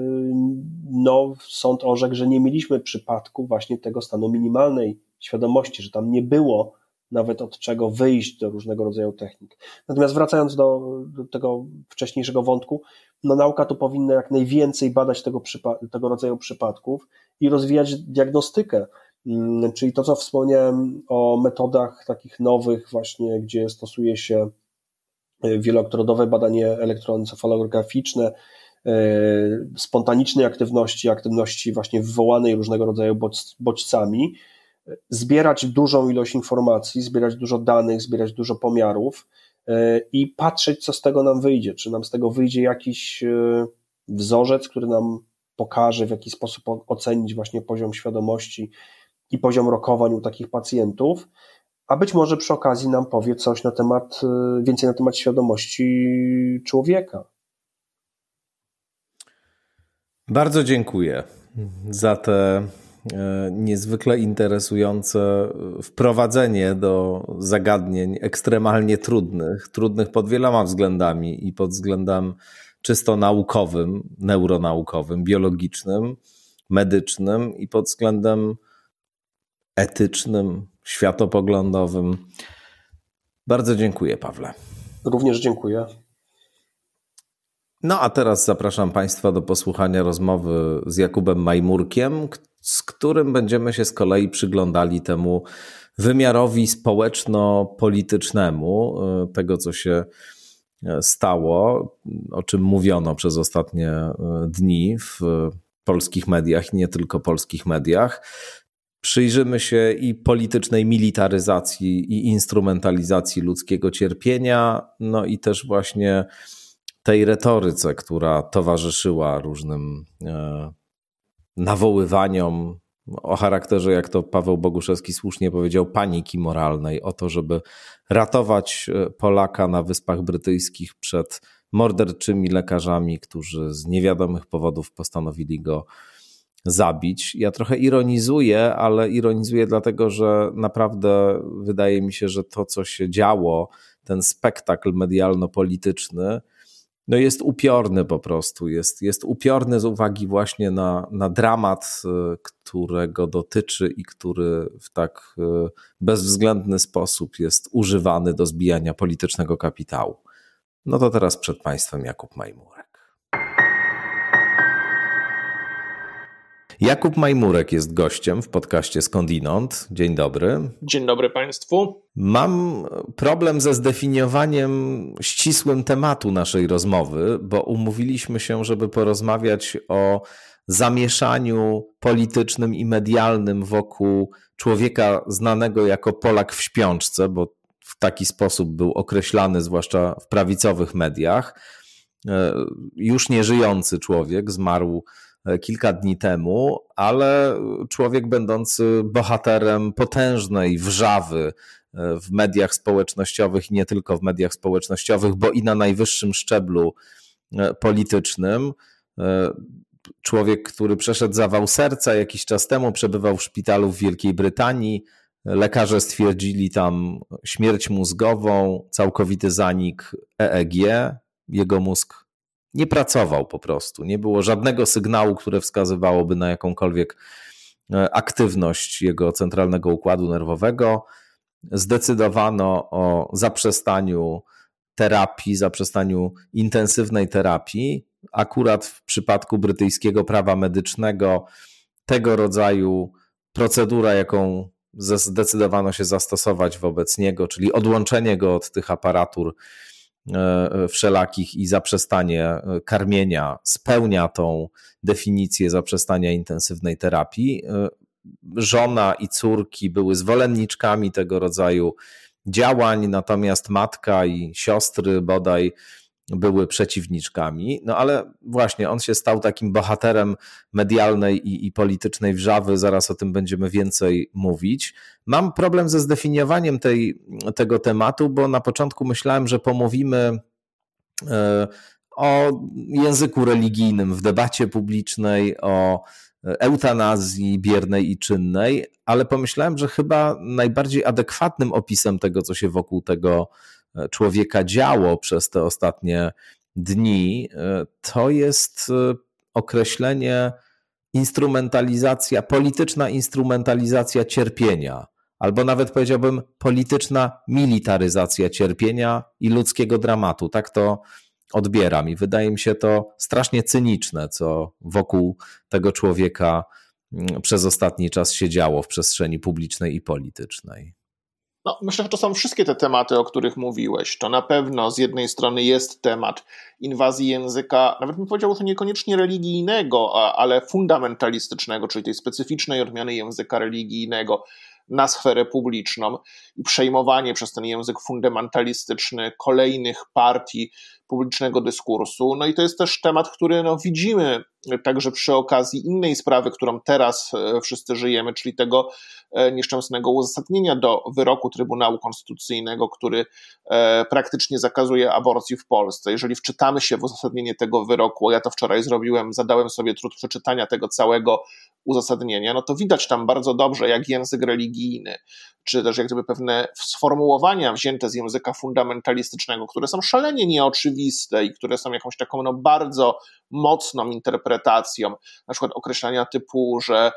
no, sąd orzekł, że nie mieliśmy przypadku właśnie tego stanu minimalnej świadomości, że tam nie było nawet od czego wyjść do różnego rodzaju technik. Natomiast wracając do, do tego wcześniejszego wątku, no nauka tu powinna jak najwięcej badać tego, przypa- tego rodzaju przypadków i rozwijać diagnostykę, czyli to, co wspomniałem o metodach takich nowych właśnie, gdzie stosuje się wieloelektrodowe badanie elektroencefalograficzne, spontanicznej aktywności, aktywności właśnie wywołanej różnego rodzaju bodźcami, zbierać dużą ilość informacji, zbierać dużo danych, zbierać dużo pomiarów i patrzeć, co z tego nam wyjdzie. Czy nam z tego wyjdzie jakiś wzorzec, który nam pokaże, w jaki sposób ocenić właśnie poziom świadomości i poziom rokowań u takich pacjentów, a być może przy okazji nam powie coś na temat, więcej na temat świadomości człowieka. Bardzo dziękuję za te niezwykle interesujące wprowadzenie do zagadnień ekstremalnie trudnych, trudnych pod wieloma względami i pod względem czysto naukowym, neuronaukowym, biologicznym, medycznym i pod względem etycznym, światopoglądowym. Bardzo dziękuję, Pawle. Również dziękuję. No a teraz zapraszam Państwa do posłuchania rozmowy z Jakubem Majmurkiem, z którym będziemy się z kolei przyglądali temu wymiarowi społeczno-politycznemu tego, co się stało, o czym mówiono przez ostatnie dni w polskich mediach i nie tylko polskich mediach. Przyjrzymy się i politycznej militaryzacji i instrumentalizacji ludzkiego cierpienia, no i też właśnie tej retoryce, która towarzyszyła różnym nawoływaniom o charakterze, jak to Paweł Boguszewski słusznie powiedział, paniki moralnej, o to, żeby ratować Polaka na Wyspach Brytyjskich przed morderczymi lekarzami, którzy z niewiadomych powodów postanowili go zabić. Ja trochę ironizuję, ale ironizuję dlatego, że naprawdę wydaje mi się, że to, co się działo, ten spektakl medialno-polityczny, no jest upiorny po prostu, jest, jest upiorny z uwagi właśnie na, na dramat, którego dotyczy i który w tak bezwzględny sposób jest używany do zbijania politycznego kapitału. No to teraz przed Państwem Jakub Majmurek. Jakub Majmurek jest gościem w podcaście Skądinąd. Dzień dobry. Dzień dobry Państwu. Mam problem ze zdefiniowaniem ścisłym tematu naszej rozmowy, bo umówiliśmy się, żeby porozmawiać o zamieszaniu politycznym i medialnym wokół człowieka znanego jako Polak w śpiączce, bo w taki sposób był określany, zwłaszcza w prawicowych mediach. Już nieżyjący człowiek, zmarł kilka dni temu, ale człowiek będący bohaterem potężnej wrzawy w mediach społecznościowych i nie tylko w mediach społecznościowych, bo i na najwyższym szczeblu politycznym. Człowiek, który przeszedł zawał serca jakiś czas temu, przebywał w szpitalu w Wielkiej Brytanii. Lekarze stwierdzili tam śmierć mózgową, całkowity zanik E E G. Jego mózg nie pracował po prostu. Nie było żadnego sygnału, które wskazywałoby na jakąkolwiek aktywność jego centralnego układu nerwowego. Zdecydowano o zaprzestaniu terapii, zaprzestaniu intensywnej terapii. Akurat w przypadku brytyjskiego prawa medycznego tego rodzaju procedura, jaką zdecydowano się zastosować wobec niego, czyli odłączenie go od tych aparatur wszelakich i zaprzestanie karmienia, spełnia tą definicję zaprzestania intensywnej terapii. Żona i córki były zwolenniczkami tego rodzaju działań, natomiast matka i siostry bodaj były przeciwniczkami. No ale właśnie on się stał takim bohaterem medialnej i, i politycznej wrzawy, zaraz o tym będziemy więcej mówić. Mam problem ze zdefiniowaniem tej, tego tematu, bo na początku myślałem, że pomówimy o języku religijnym w debacie publicznej, o eutanazji biernej i czynnej, ale pomyślałem, że chyba najbardziej adekwatnym opisem tego, co się wokół tego człowieka działo przez te ostatnie dni, to jest określenie instrumentalizacja, polityczna instrumentalizacja cierpienia, albo nawet powiedziałbym polityczna militaryzacja cierpienia i ludzkiego dramatu. Tak to odbieram i wydaje mi się to strasznie cyniczne, co wokół tego człowieka przez ostatni czas się działo w przestrzeni publicznej i politycznej. No, myślę, że to są wszystkie te tematy, o których mówiłeś. To na pewno z jednej strony jest temat inwazji języka, nawet bym powiedział, to niekoniecznie religijnego, ale fundamentalistycznego, czyli tej specyficznej odmiany języka religijnego na sferę publiczną i przejmowanie przez ten język fundamentalistyczny kolejnych partii publicznego dyskursu. No i to jest też temat, który no, widzimy także przy okazji innej sprawy, którą teraz wszyscy żyjemy, czyli tego nieszczęsnego uzasadnienia do wyroku Trybunału Konstytucyjnego, który praktycznie zakazuje aborcji w Polsce. Jeżeli wczytamy się w uzasadnienie tego wyroku, a ja to wczoraj zrobiłem, zadałem sobie trud przeczytania tego całego uzasadnienia, no to widać tam bardzo dobrze, jak język religijny, czy też jak gdyby pewne sformułowania wzięte z języka fundamentalistycznego, które są szalenie nieoczywiste i które są jakąś taką no, bardzo mocną interpretacją, na przykład określenia typu, że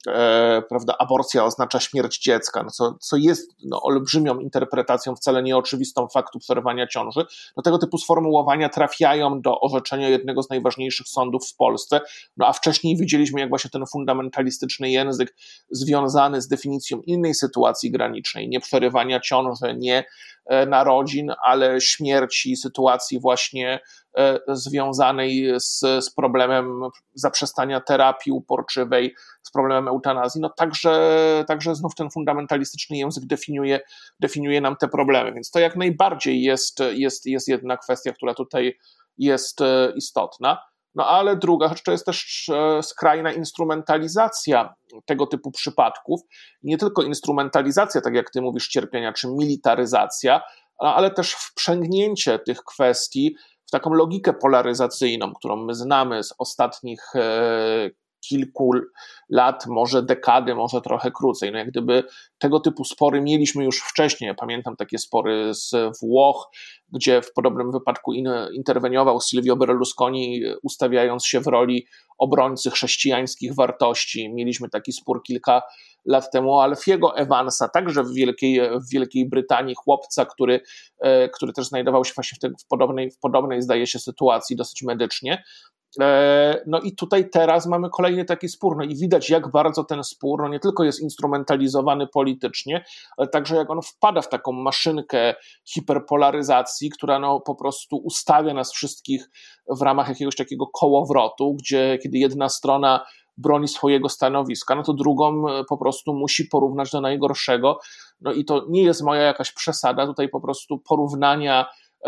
E, prawda, aborcja oznacza śmierć dziecka, no co, co jest no, olbrzymią interpretacją, wcale nieoczywistą faktu przerwania ciąży. No, tego typu sformułowania trafiają do orzeczenia jednego z najważniejszych sądów w Polsce, no a wcześniej widzieliśmy, jak właśnie ten fundamentalistyczny język związany z definicją innej sytuacji granicznej, nie przerywania ciąży, nie e, narodzin, ale śmierci, sytuacji właśnie e, związanej z, z problemem zaprzestania terapii uporczywej, z problemem eutanazji, no także, także znów ten fundamentalistyczny język definiuje, definiuje nam te problemy, więc to jak najbardziej jest, jest, jest jedna kwestia, która tutaj jest istotna. No ale druga rzecz to jest też skrajna instrumentalizacja tego typu przypadków. Nie tylko instrumentalizacja, tak jak ty mówisz, cierpienia, czy militaryzacja, ale też wprzęgnięcie tych kwestii w taką logikę polaryzacyjną, którą my znamy z ostatnich kilku lat, może dekady, może trochę krócej. No jak gdyby tego typu spory mieliśmy już wcześniej. Ja pamiętam takie spory z Włoch, gdzie w podobnym wypadku in, interweniował Silvio Berlusconi, ustawiając się w roli obrońcy chrześcijańskich wartości. Mieliśmy taki spór kilka lat temu, Alfiego Evansa, także w Wielkiej, w Wielkiej Brytanii, chłopca, który, który też znajdował się właśnie w, te, w, podobnej, w podobnej, zdaje się, sytuacji dosyć medycznie. No i tutaj teraz mamy kolejny taki spór, no i widać, jak bardzo ten spór no nie tylko jest instrumentalizowany politycznie, ale także jak on wpada w taką maszynkę hiperpolaryzacji, która no po prostu ustawia nas wszystkich w ramach jakiegoś takiego kołowrotu, gdzie kiedy jedna strona broni swojego stanowiska, no to drugą po prostu musi porównać do najgorszego, no i to nie jest moja jakaś przesada, tutaj po prostu porównania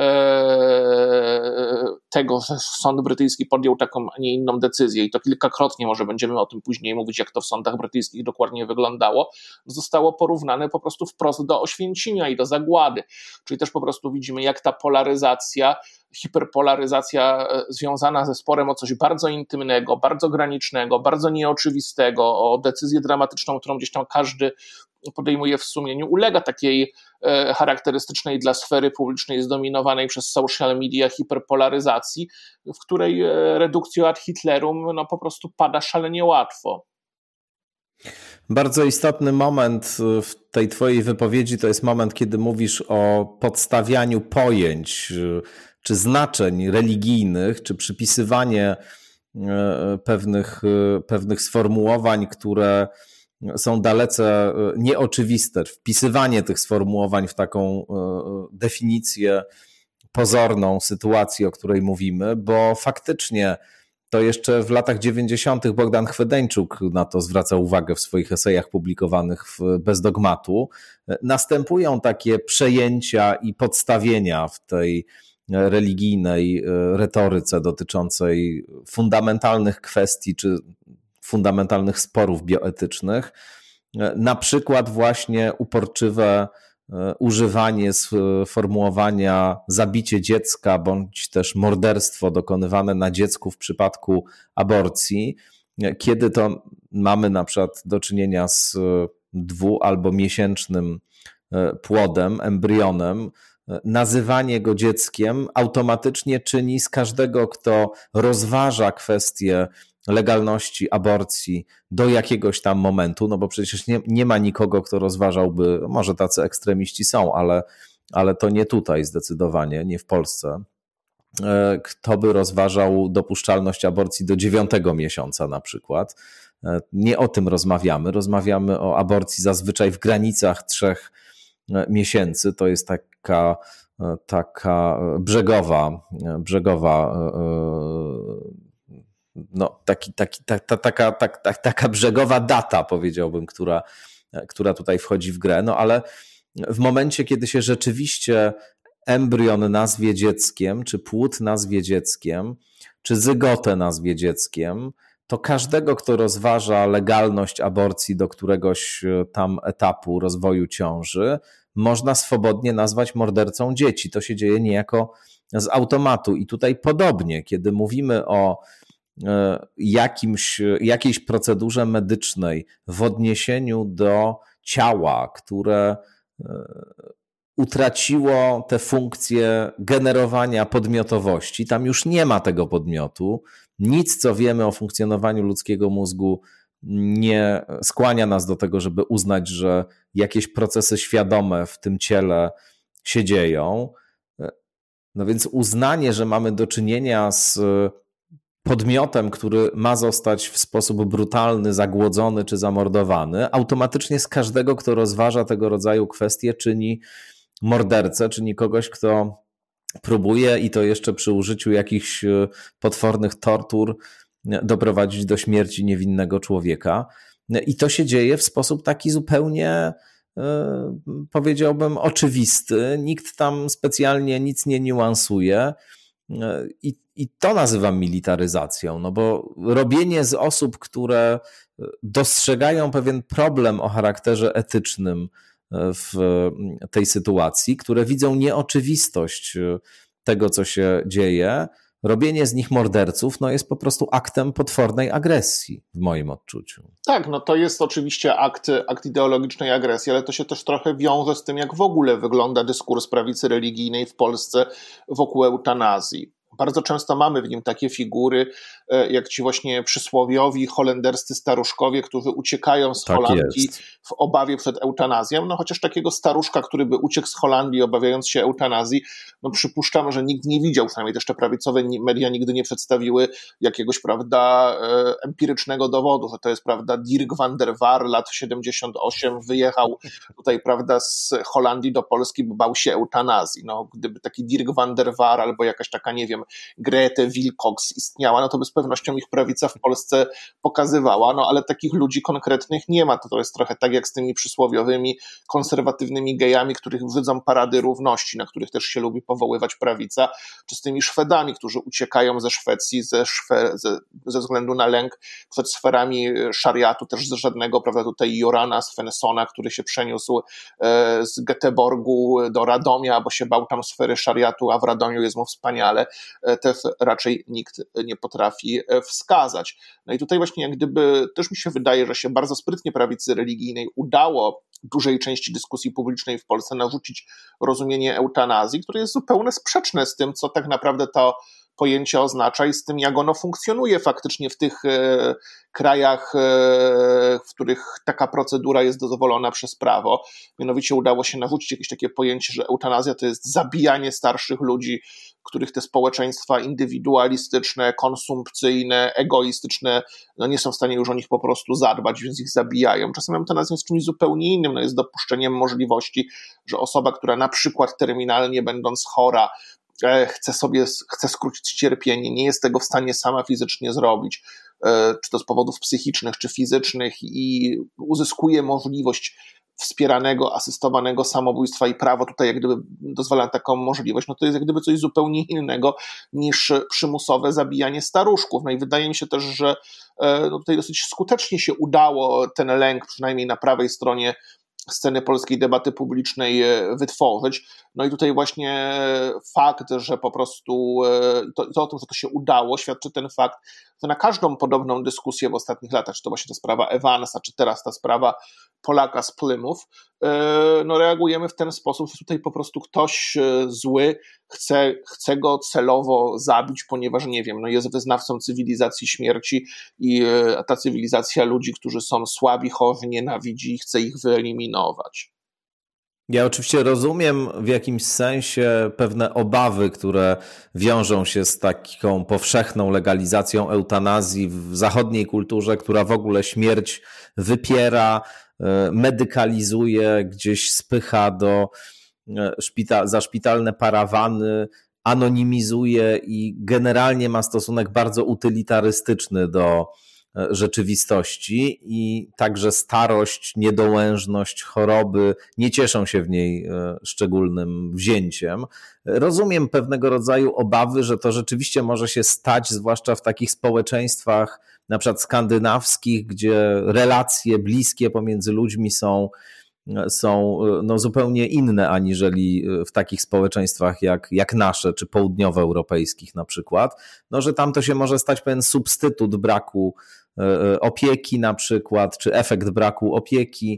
tego, że sąd brytyjski podjął taką, a nie inną decyzję i to kilkakrotnie, może będziemy o tym później mówić, jak to w sądach brytyjskich dokładnie wyglądało, zostało porównane po prostu wprost do Oświęcimia i do zagłady, czyli też po prostu widzimy, jak ta polaryzacja, hiperpolaryzacja związana ze sporem o coś bardzo intymnego, bardzo granicznego, bardzo nieoczywistego, o decyzję dramatyczną, którą gdzieś tam każdy podejmuje w sumieniu, ulega takiej e, charakterystycznej dla sfery publicznej zdominowanej przez social media hiperpolaryzacji, w której e, reductio ad Hitlerum no, po prostu pada szalenie łatwo. Bardzo istotny moment w tej twojej wypowiedzi to jest moment, kiedy mówisz o podstawianiu pojęć czy znaczeń religijnych, czy przypisywanie pewnych, pewnych sformułowań, które są dalece nieoczywiste, wpisywanie tych sformułowań w taką definicję pozorną sytuacji, o której mówimy, bo faktycznie to jeszcze w latach dziewięćdziesiątych Bogdan Chwedeńczuk na to zwracał uwagę w swoich esejach publikowanych w Bez dogmatu. Następują takie przejęcia i podstawienia w tej religijnej retoryce dotyczącej fundamentalnych kwestii czy fundamentalnych sporów bioetycznych, na przykład właśnie uporczywe używanie sformułowania zabicie dziecka bądź też morderstwo dokonywane na dziecku w przypadku aborcji, kiedy to mamy na przykład do czynienia z dwu- albo miesięcznym płodem, embrionem, nazywanie go dzieckiem automatycznie czyni z każdego, kto rozważa kwestię legalności aborcji do jakiegoś tam momentu, no bo przecież nie, nie ma nikogo, kto rozważałby, może tacy ekstremiści są, ale, ale to nie tutaj zdecydowanie, nie w Polsce, kto by rozważał dopuszczalność aborcji do dziewiątego miesiąca na przykład. Nie o tym rozmawiamy, rozmawiamy o aborcji zazwyczaj w granicach trzech miesięcy, to jest taka, taka brzegowa, brzegowa no, taki, taki, ta, ta, taka, ta, ta, taka brzegowa data, powiedziałbym, która, która tutaj wchodzi w grę, no ale w momencie, kiedy się rzeczywiście embrion nazwie dzieckiem, czy płód nazwie dzieckiem, czy zygotę nazwie dzieckiem, to każdego, kto rozważa legalność aborcji do któregoś tam etapu rozwoju ciąży, można swobodnie nazwać mordercą dzieci. To się dzieje niejako z automatu. I tutaj podobnie, kiedy mówimy o jakimś, jakiejś procedurze medycznej w odniesieniu do ciała, które utraciło tę funkcję generowania podmiotowości. Tam już nie ma tego podmiotu. Nic, co wiemy o funkcjonowaniu ludzkiego mózgu, nie skłania nas do tego, żeby uznać, że jakieś procesy świadome w tym ciele się dzieją. No więc uznanie, że mamy do czynienia z podmiotem, który ma zostać w sposób brutalny zagłodzony czy zamordowany, automatycznie z każdego, kto rozważa tego rodzaju kwestie, czyni mordercę, czyni kogoś, kto próbuje i to jeszcze przy użyciu jakichś potwornych tortur doprowadzić do śmierci niewinnego człowieka. I to się dzieje w sposób taki zupełnie, powiedziałbym, oczywisty. Nikt tam specjalnie nic nie niuansuje. I, I to nazywam militaryzacją, no bo robienie z osób, które dostrzegają pewien problem o charakterze etycznym w tej sytuacji, które widzą nieoczywistość tego, co się dzieje, robienie z nich morderców no jest po prostu aktem potwornej agresji w moim odczuciu. Tak, no to jest oczywiście akt, akt ideologicznej agresji, ale to się też trochę wiąże z tym, jak w ogóle wygląda dyskurs prawicy religijnej w Polsce wokół eutanazji. Bardzo często mamy w nim takie figury, jak ci właśnie przysłowiowi holenderscy staruszkowie, którzy uciekają z tak Holandii jest. w obawie przed eutanazją. No chociaż takiego staruszka, który by uciekł z Holandii obawiając się eutanazji, no przypuszczam, że nikt nie widział, przynajmniej też te prawicowe media nigdy nie przedstawiły jakiegoś, prawda, empirycznego dowodu, że to jest, prawda, Dirk van der Waar, lat siedemdziesiąt osiem, wyjechał tutaj, prawda, z Holandii do Polski, bo bał się eutanazji. No gdyby taki Dirk van der Waar albo jakaś taka, nie wiem, Grete Wilcox istniała, no to by z pewnością ich prawica w Polsce pokazywała, no ale takich ludzi konkretnych nie ma. To, to jest trochę tak jak z tymi przysłowiowymi konserwatywnymi gejami, których brzydzą parady równości, na których też się lubi powoływać prawica, czy z tymi Szwedami, którzy uciekają ze Szwecji ze, Szwe, ze, ze względu na lęk przed sferami szariatu, też z żadnego, prawda, tutaj Jorana Svenssona, który się przeniósł e, z Göteborgu do Radomia, bo się bał tam sfery szariatu, a w Radomiu jest mu wspaniale, też raczej nikt nie potrafi wskazać. No i tutaj właśnie jak gdyby też mi się wydaje, że się bardzo sprytnie prawicy religijnej udało dużej części dyskusji publicznej w Polsce narzucić rozumienie eutanazji, które jest zupełnie sprzeczne z tym, co tak naprawdę to pojęcie oznacza i z tym, jak ono funkcjonuje faktycznie w tych e, krajach, e, w których taka procedura jest dozwolona przez prawo. Mianowicie udało się narzucić jakieś takie pojęcie, że eutanazja to jest zabijanie starszych ludzi, których te społeczeństwa indywidualistyczne, konsumpcyjne, egoistyczne, no nie są w stanie już o nich po prostu zadbać, więc ich zabijają. Czasem eutanazja jest czymś zupełnie innym, no jest dopuszczeniem możliwości, że osoba, która na przykład terminalnie będąc chora, chce sobie, chce skrócić cierpienie, nie jest tego w stanie sama fizycznie zrobić, czy to z powodów psychicznych, czy fizycznych i uzyskuje możliwość wspieranego, asystowanego samobójstwa i prawo tutaj jak gdyby dozwala taką możliwość, no to jest jak gdyby coś zupełnie innego niż przymusowe zabijanie staruszków. No i wydaje mi się też, że no tutaj dosyć skutecznie się udało ten lęk, przynajmniej na prawej stronie sceny polskiej debaty publicznej wytworzyć. No i tutaj właśnie fakt, że po prostu to, to o tym, że to się udało, świadczy ten fakt, że na każdą podobną dyskusję w ostatnich latach, czy to właśnie ta sprawa Evansa, czy teraz ta sprawa Polaka z Plymouth, no reagujemy w ten sposób, że tutaj po prostu ktoś zły chce, chce go celowo zabić, ponieważ nie wiem, no jest wyznawcą cywilizacji śmierci i ta cywilizacja ludzi, którzy są słabi, chorzy, nienawidzi i chce ich wyeliminować. Ja oczywiście rozumiem w jakimś sensie pewne obawy, które wiążą się z taką powszechną legalizacją eutanazji w zachodniej kulturze, która w ogóle śmierć wypiera, medykalizuje, gdzieś spycha do szpita- za szpitalne parawany, anonimizuje i generalnie ma stosunek bardzo utylitarystyczny do rzeczywistości i także starość, niedołężność, choroby nie cieszą się w niej szczególnym wzięciem. Rozumiem pewnego rodzaju obawy, że to rzeczywiście może się stać, zwłaszcza w takich społeczeństwach na przykład skandynawskich, gdzie relacje bliskie pomiędzy ludźmi są są no, zupełnie inne aniżeli w takich społeczeństwach jak, jak nasze, czy południowoeuropejskich na przykład, no, że tam to się może stać pewien substytut braku opieki na przykład, czy efekt braku opieki,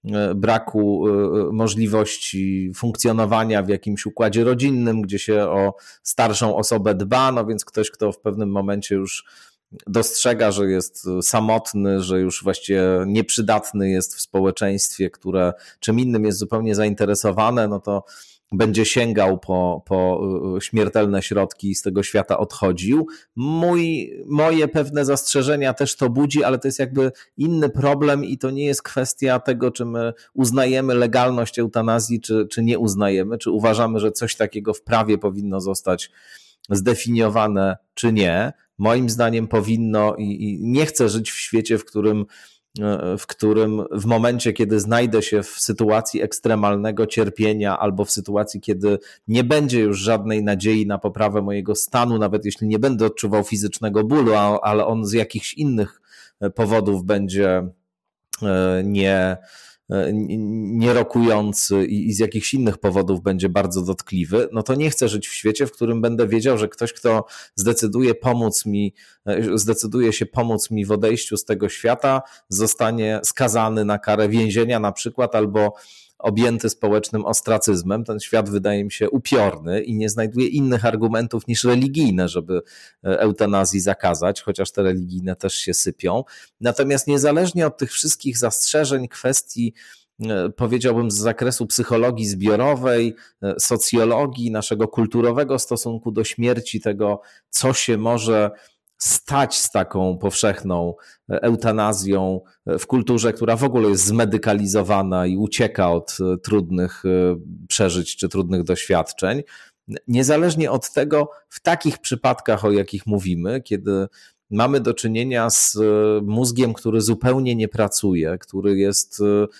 braku możliwości funkcjonowania w jakimś układzie rodzinnym, gdzie się o starszą osobę dba, no więc ktoś, kto w pewnym momencie już dostrzega, że jest samotny, że już właściwie nieprzydatny jest w społeczeństwie, które czym innym jest zupełnie zainteresowane, no to będzie sięgał po, po śmiertelne środki i z tego świata odchodził. Mój, moje pewne zastrzeżenia też to budzi, ale to jest jakby inny problem i to nie jest kwestia tego, czy my uznajemy legalność eutanazji, czy, czy nie uznajemy, czy uważamy, że coś takiego w prawie powinno zostać zdefiniowane, czy nie. Moim zdaniem powinno i, i nie chcę żyć w świecie, w którym, w którym w momencie, kiedy znajdę się w sytuacji ekstremalnego cierpienia albo w sytuacji, kiedy nie będzie już żadnej nadziei na poprawę mojego stanu, nawet jeśli nie będę odczuwał fizycznego bólu, ale on z jakichś innych powodów będzie nie, nierokujący i, i z jakichś innych powodów będzie bardzo dotkliwy, no to nie chcę żyć w świecie, w którym będę wiedział, że ktoś, kto zdecyduje pomóc mi, zdecyduje się pomóc mi w odejściu z tego świata, zostanie skazany na karę więzienia na przykład, albo objęty społecznym ostracyzmem. Ten świat wydaje mi się upiorny i nie znajduje innych argumentów niż religijne, żeby eutanazji zakazać, chociaż te religijne też się sypią. Natomiast niezależnie od tych wszystkich zastrzeżeń, kwestii, powiedziałbym, z zakresu psychologii zbiorowej, socjologii, naszego kulturowego stosunku do śmierci, tego, co się może stać z taką powszechną eutanazją w kulturze, która w ogóle jest zmedykalizowana i ucieka od trudnych przeżyć czy trudnych doświadczeń. Niezależnie od tego, w takich przypadkach, o jakich mówimy, kiedy mamy do czynienia z mózgiem, który zupełnie nie pracuje, który jest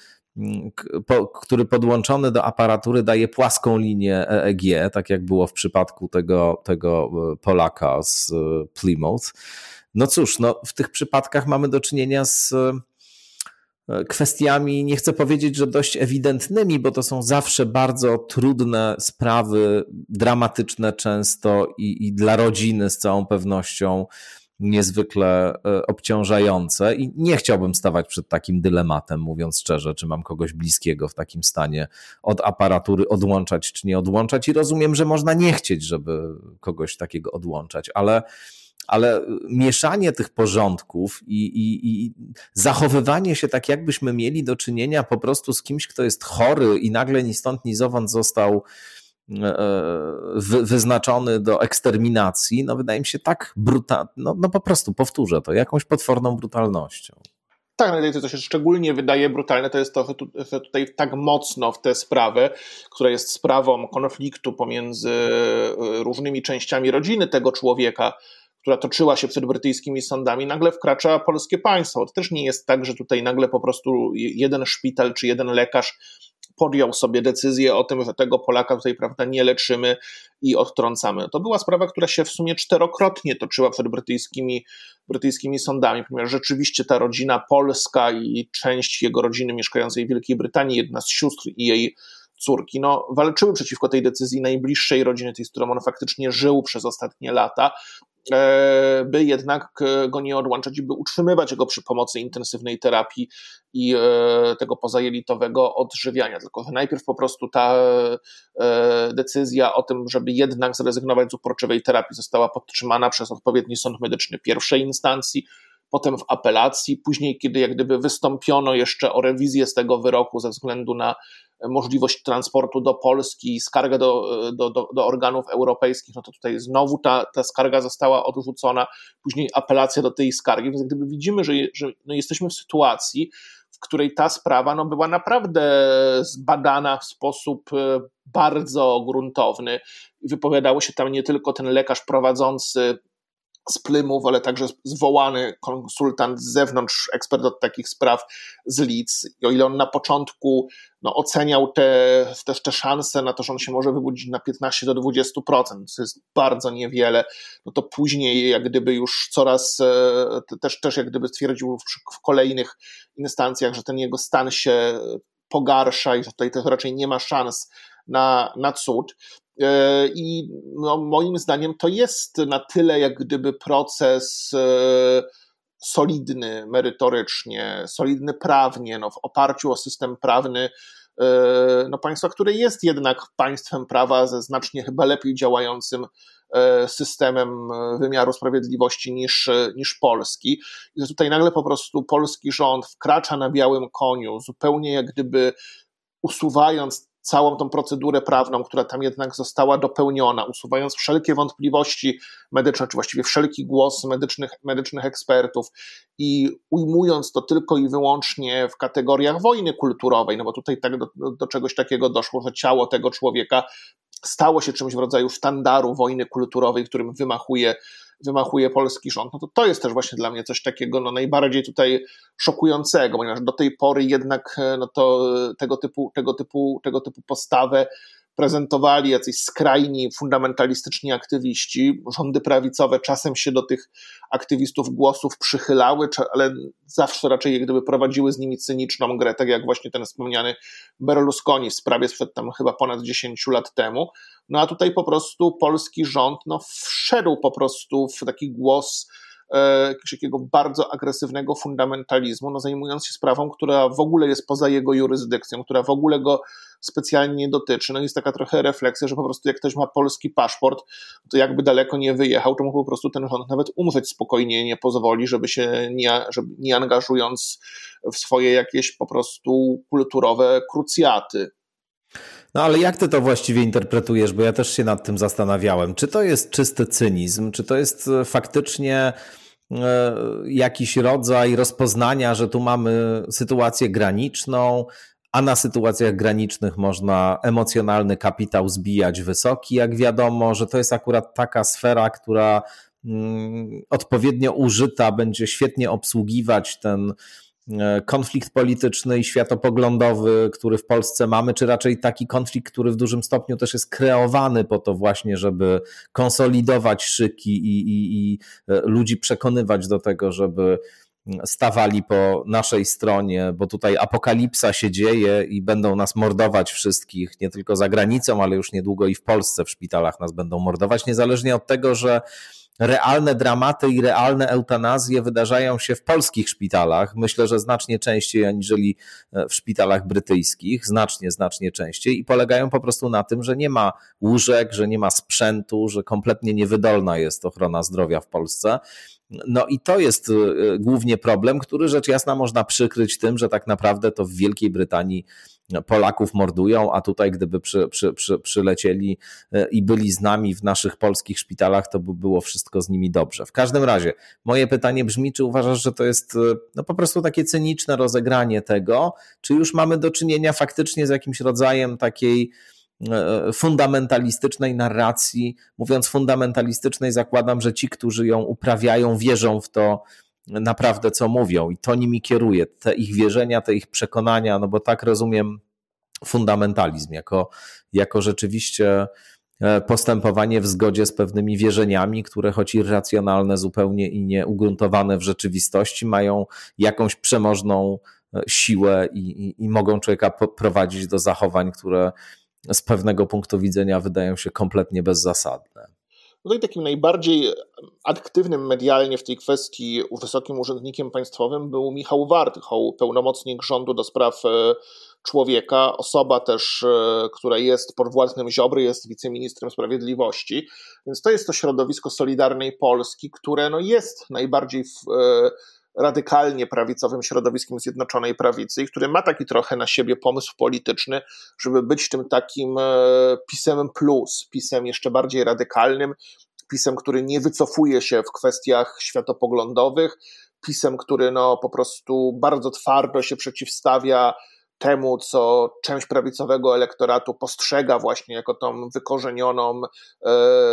który podłączony do aparatury daje płaską linię E E G, tak jak było w przypadku tego, tego Polaka z Plymouth. No cóż, no w tych przypadkach mamy do czynienia z kwestiami, nie chcę powiedzieć, że dość ewidentnymi, bo to są zawsze bardzo trudne sprawy, dramatyczne często i, i dla rodziny z całą pewnością niezwykle obciążające i nie chciałbym stawać przed takim dylematem, mówiąc szczerze, czy mam kogoś bliskiego w takim stanie od aparatury odłączać, czy nie odłączać i rozumiem, że można nie chcieć, żeby kogoś takiego odłączać, ale ale mieszanie tych porządków i, i, i zachowywanie się tak, jakbyśmy mieli do czynienia po prostu z kimś, kto jest chory i nagle ni stąd, ni zowąd został wy, wyznaczony do eksterminacji, no wydaje mi się tak brutalne, no, no po prostu powtórzę to, jakąś potworną brutalnością. Tak, no to, co się szczególnie wydaje brutalne, to jest to, że tutaj tak mocno w tę sprawę, która jest sprawą konfliktu pomiędzy różnymi częściami rodziny tego człowieka, która toczyła się przed brytyjskimi sądami, nagle wkracza polskie państwo. To też nie jest tak, że tutaj nagle po prostu jeden szpital czy jeden lekarz podjął sobie decyzję o tym, że tego Polaka tutaj, prawda, nie leczymy i odtrącamy. To była sprawa, która się w sumie czterokrotnie toczyła przed brytyjskimi, brytyjskimi sądami, ponieważ rzeczywiście ta rodzina polska i część jego rodziny mieszkającej w Wielkiej Brytanii, jedna z sióstr i jej córki, no, walczyły przeciwko tej decyzji najbliższej rodziny, tej, z którą on faktycznie żył przez ostatnie lata, by jednak go nie odłączać i by utrzymywać go przy pomocy intensywnej terapii i tego pozajelitowego odżywiania. Tylko że najpierw po prostu ta decyzja o tym, żeby jednak zrezygnować z uporczywej terapii, została podtrzymana przez odpowiedni sąd medyczny pierwszej instancji, potem w apelacji, później kiedy jak gdyby wystąpiono jeszcze o rewizję z tego wyroku ze względu na możliwość transportu do Polski, skargę do, do, do, do organów europejskich, no to tutaj znowu ta, ta skarga została odrzucona, później apelacja do tej skargi, więc gdyby widzimy, że, że no jesteśmy w sytuacji, w której ta sprawa no była naprawdę zbadana w sposób bardzo gruntowny i wypowiadało się tam nie tylko ten lekarz prowadzący z Plymouth, ale także zwołany konsultant z zewnątrz, ekspert od takich spraw z Leeds. I o ile on na początku no, oceniał te, te, te szanse na to, że on się może wybudzić na piętnaście do dwudziestu procent, co jest bardzo niewiele, no to później jak gdyby już coraz też, też jak gdyby stwierdził w, w kolejnych instancjach, że ten jego stan się pogarsza i że tutaj też raczej nie ma szans na, na cud. I no, moim zdaniem to jest na tyle jak gdyby proces solidny merytorycznie, solidny prawnie, no, w oparciu o system prawny no, państwa, które jest jednak państwem prawa ze znacznie chyba lepiej działającym systemem wymiaru sprawiedliwości niż, niż polski. I że tutaj nagle po prostu polski rząd wkracza na białym koniu, zupełnie jak gdyby usuwając całą tą procedurę prawną, która tam jednak została dopełniona, usuwając wszelkie wątpliwości medyczne, czy właściwie wszelki głos medycznych, medycznych ekspertów i ujmując to tylko i wyłącznie w kategoriach wojny kulturowej, no bo tutaj tak do, do czegoś takiego doszło, że ciało tego człowieka stało się czymś w rodzaju sztandaru wojny kulturowej, którym wymachuje, wymachuje polski rząd, no to to jest też właśnie dla mnie coś takiego no najbardziej tutaj szokującego, ponieważ do tej pory jednak no to tego typu, tego typu, tego typu postawę prezentowali jacyś skrajni, fundamentalistyczni aktywiści. Rządy prawicowe czasem się do tych aktywistów głosów przychylały, ale zawsze raczej jak gdyby prowadziły z nimi cyniczną grę, tak jak właśnie ten wspomniany Berlusconi w sprawie sprzed tam chyba ponad dziesięć lat temu. No a tutaj po prostu polski rząd no, wszedł po prostu w taki głos jakiegoś takiego bardzo agresywnego fundamentalizmu, no zajmując się sprawą, która w ogóle jest poza jego jurysdykcją, która w ogóle go specjalnie nie dotyczy. No jest taka trochę refleksja, że po prostu jak ktoś ma polski paszport, to jakby daleko nie wyjechał, to mógł po prostu ten rząd nawet umrzeć spokojnie, nie pozwoli, żeby się nie, żeby nie angażując w swoje jakieś po prostu kulturowe krucjaty. No ale jak ty to właściwie interpretujesz, bo ja też się nad tym zastanawiałem. Czy to jest czysty cynizm, czy to jest faktycznie jakiś rodzaj rozpoznania, że tu mamy sytuację graniczną, a na sytuacjach granicznych można emocjonalny kapitał zbijać wysoki, jak wiadomo, że to jest akurat taka sfera, która odpowiednio użyta będzie świetnie obsługiwać ten konflikt polityczny i światopoglądowy, który w Polsce mamy, czy raczej taki konflikt, który w dużym stopniu też jest kreowany po to właśnie, żeby konsolidować szyki i, i, i ludzi przekonywać do tego, żeby stawali po naszej stronie, bo tutaj apokalipsa się dzieje i będą nas mordować wszystkich, nie tylko za granicą, ale już niedługo i w Polsce w szpitalach nas będą mordować, niezależnie od tego, że realne dramaty i realne eutanazje wydarzają się w polskich szpitalach. Myślę, że znacznie częściej aniżeli w szpitalach brytyjskich, znacznie, znacznie częściej i polegają po prostu na tym, że nie ma łóżek, że nie ma sprzętu, że kompletnie niewydolna jest ochrona zdrowia w Polsce. No i to jest głównie problem, który rzecz jasna można przykryć tym, że tak naprawdę to w Wielkiej Brytanii Polaków mordują, a tutaj gdyby przy, przy, przy, przylecieli i byli z nami w naszych polskich szpitalach, to by było wszystko z nimi dobrze. W każdym razie moje pytanie brzmi, czy uważasz, że to jest no po prostu takie cyniczne rozegranie tego, czy już mamy do czynienia faktycznie z jakimś rodzajem takiej fundamentalistycznej narracji. Mówiąc fundamentalistycznej, zakładam, że ci, którzy ją uprawiają, wierzą w to naprawdę, co mówią i to nimi kieruje, te ich wierzenia, te ich przekonania, no bo tak rozumiem fundamentalizm, jako, jako rzeczywiście postępowanie w zgodzie z pewnymi wierzeniami, które choć irracjonalne zupełnie i nieugruntowane w rzeczywistości, mają jakąś przemożną siłę i, i, i mogą człowieka prowadzić do zachowań, które z pewnego punktu widzenia wydają się kompletnie bezzasadne. Tutaj takim najbardziej aktywnym medialnie w tej kwestii wysokim urzędnikiem państwowym był Michał Warchoł, pełnomocnik rządu do spraw człowieka, osoba też, która jest podwładnym Ziobry, jest wiceministrem sprawiedliwości, więc to jest to środowisko Solidarnej Polski, które no jest najbardziej w, radykalnie prawicowym środowiskiem Zjednoczonej Prawicy i który ma taki trochę na siebie pomysł polityczny, żeby być tym takim PiS-em plus, PiS-em jeszcze bardziej radykalnym, PiS-em, który nie wycofuje się w kwestiach światopoglądowych, PiS-em, który no po prostu bardzo twardo się przeciwstawia temu, co część prawicowego elektoratu postrzega właśnie jako tą wykorzenioną e,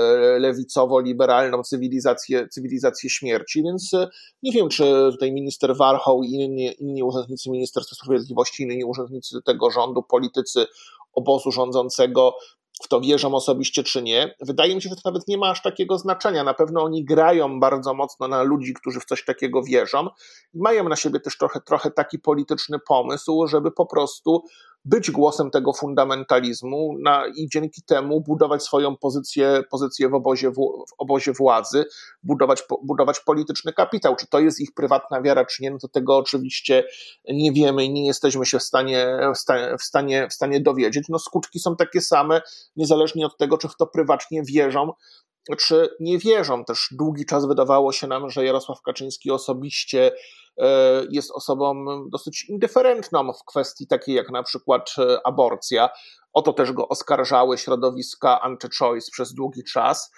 lewicowo-liberalną cywilizację, cywilizację śmierci, więc nie wiem, czy tutaj minister Warchoł i inni, inni urzędnicy Ministerstwa Sprawiedliwości, inni urzędnicy tego rządu, politycy obozu rządzącego w to wierzą osobiście czy nie. Wydaje mi się, że to nawet nie ma aż takiego znaczenia. Na pewno oni grają bardzo mocno na ludzi, którzy w coś takiego wierzą i mają na siebie też trochę, trochę taki polityczny pomysł, żeby po prostu być głosem tego fundamentalizmu na, i dzięki temu budować swoją pozycję, pozycję w, obozie, w, w obozie władzy, budować, budować polityczny kapitał. Czy to jest ich prywatna wiara, czy nie, no to tego oczywiście nie wiemy i nie jesteśmy się w stanie, w stanie, w stanie, w stanie dowiedzieć. No skutki są takie same, niezależnie od tego, czy w to prywatnie wierzą, czy nie wierzą. Też długi czas wydawało się nam, że Jarosław Kaczyński osobiście jest osobą dosyć indyferentną w kwestii takiej jak na przykład aborcja. O to też go oskarżały środowiska anti-choice przez długi czas.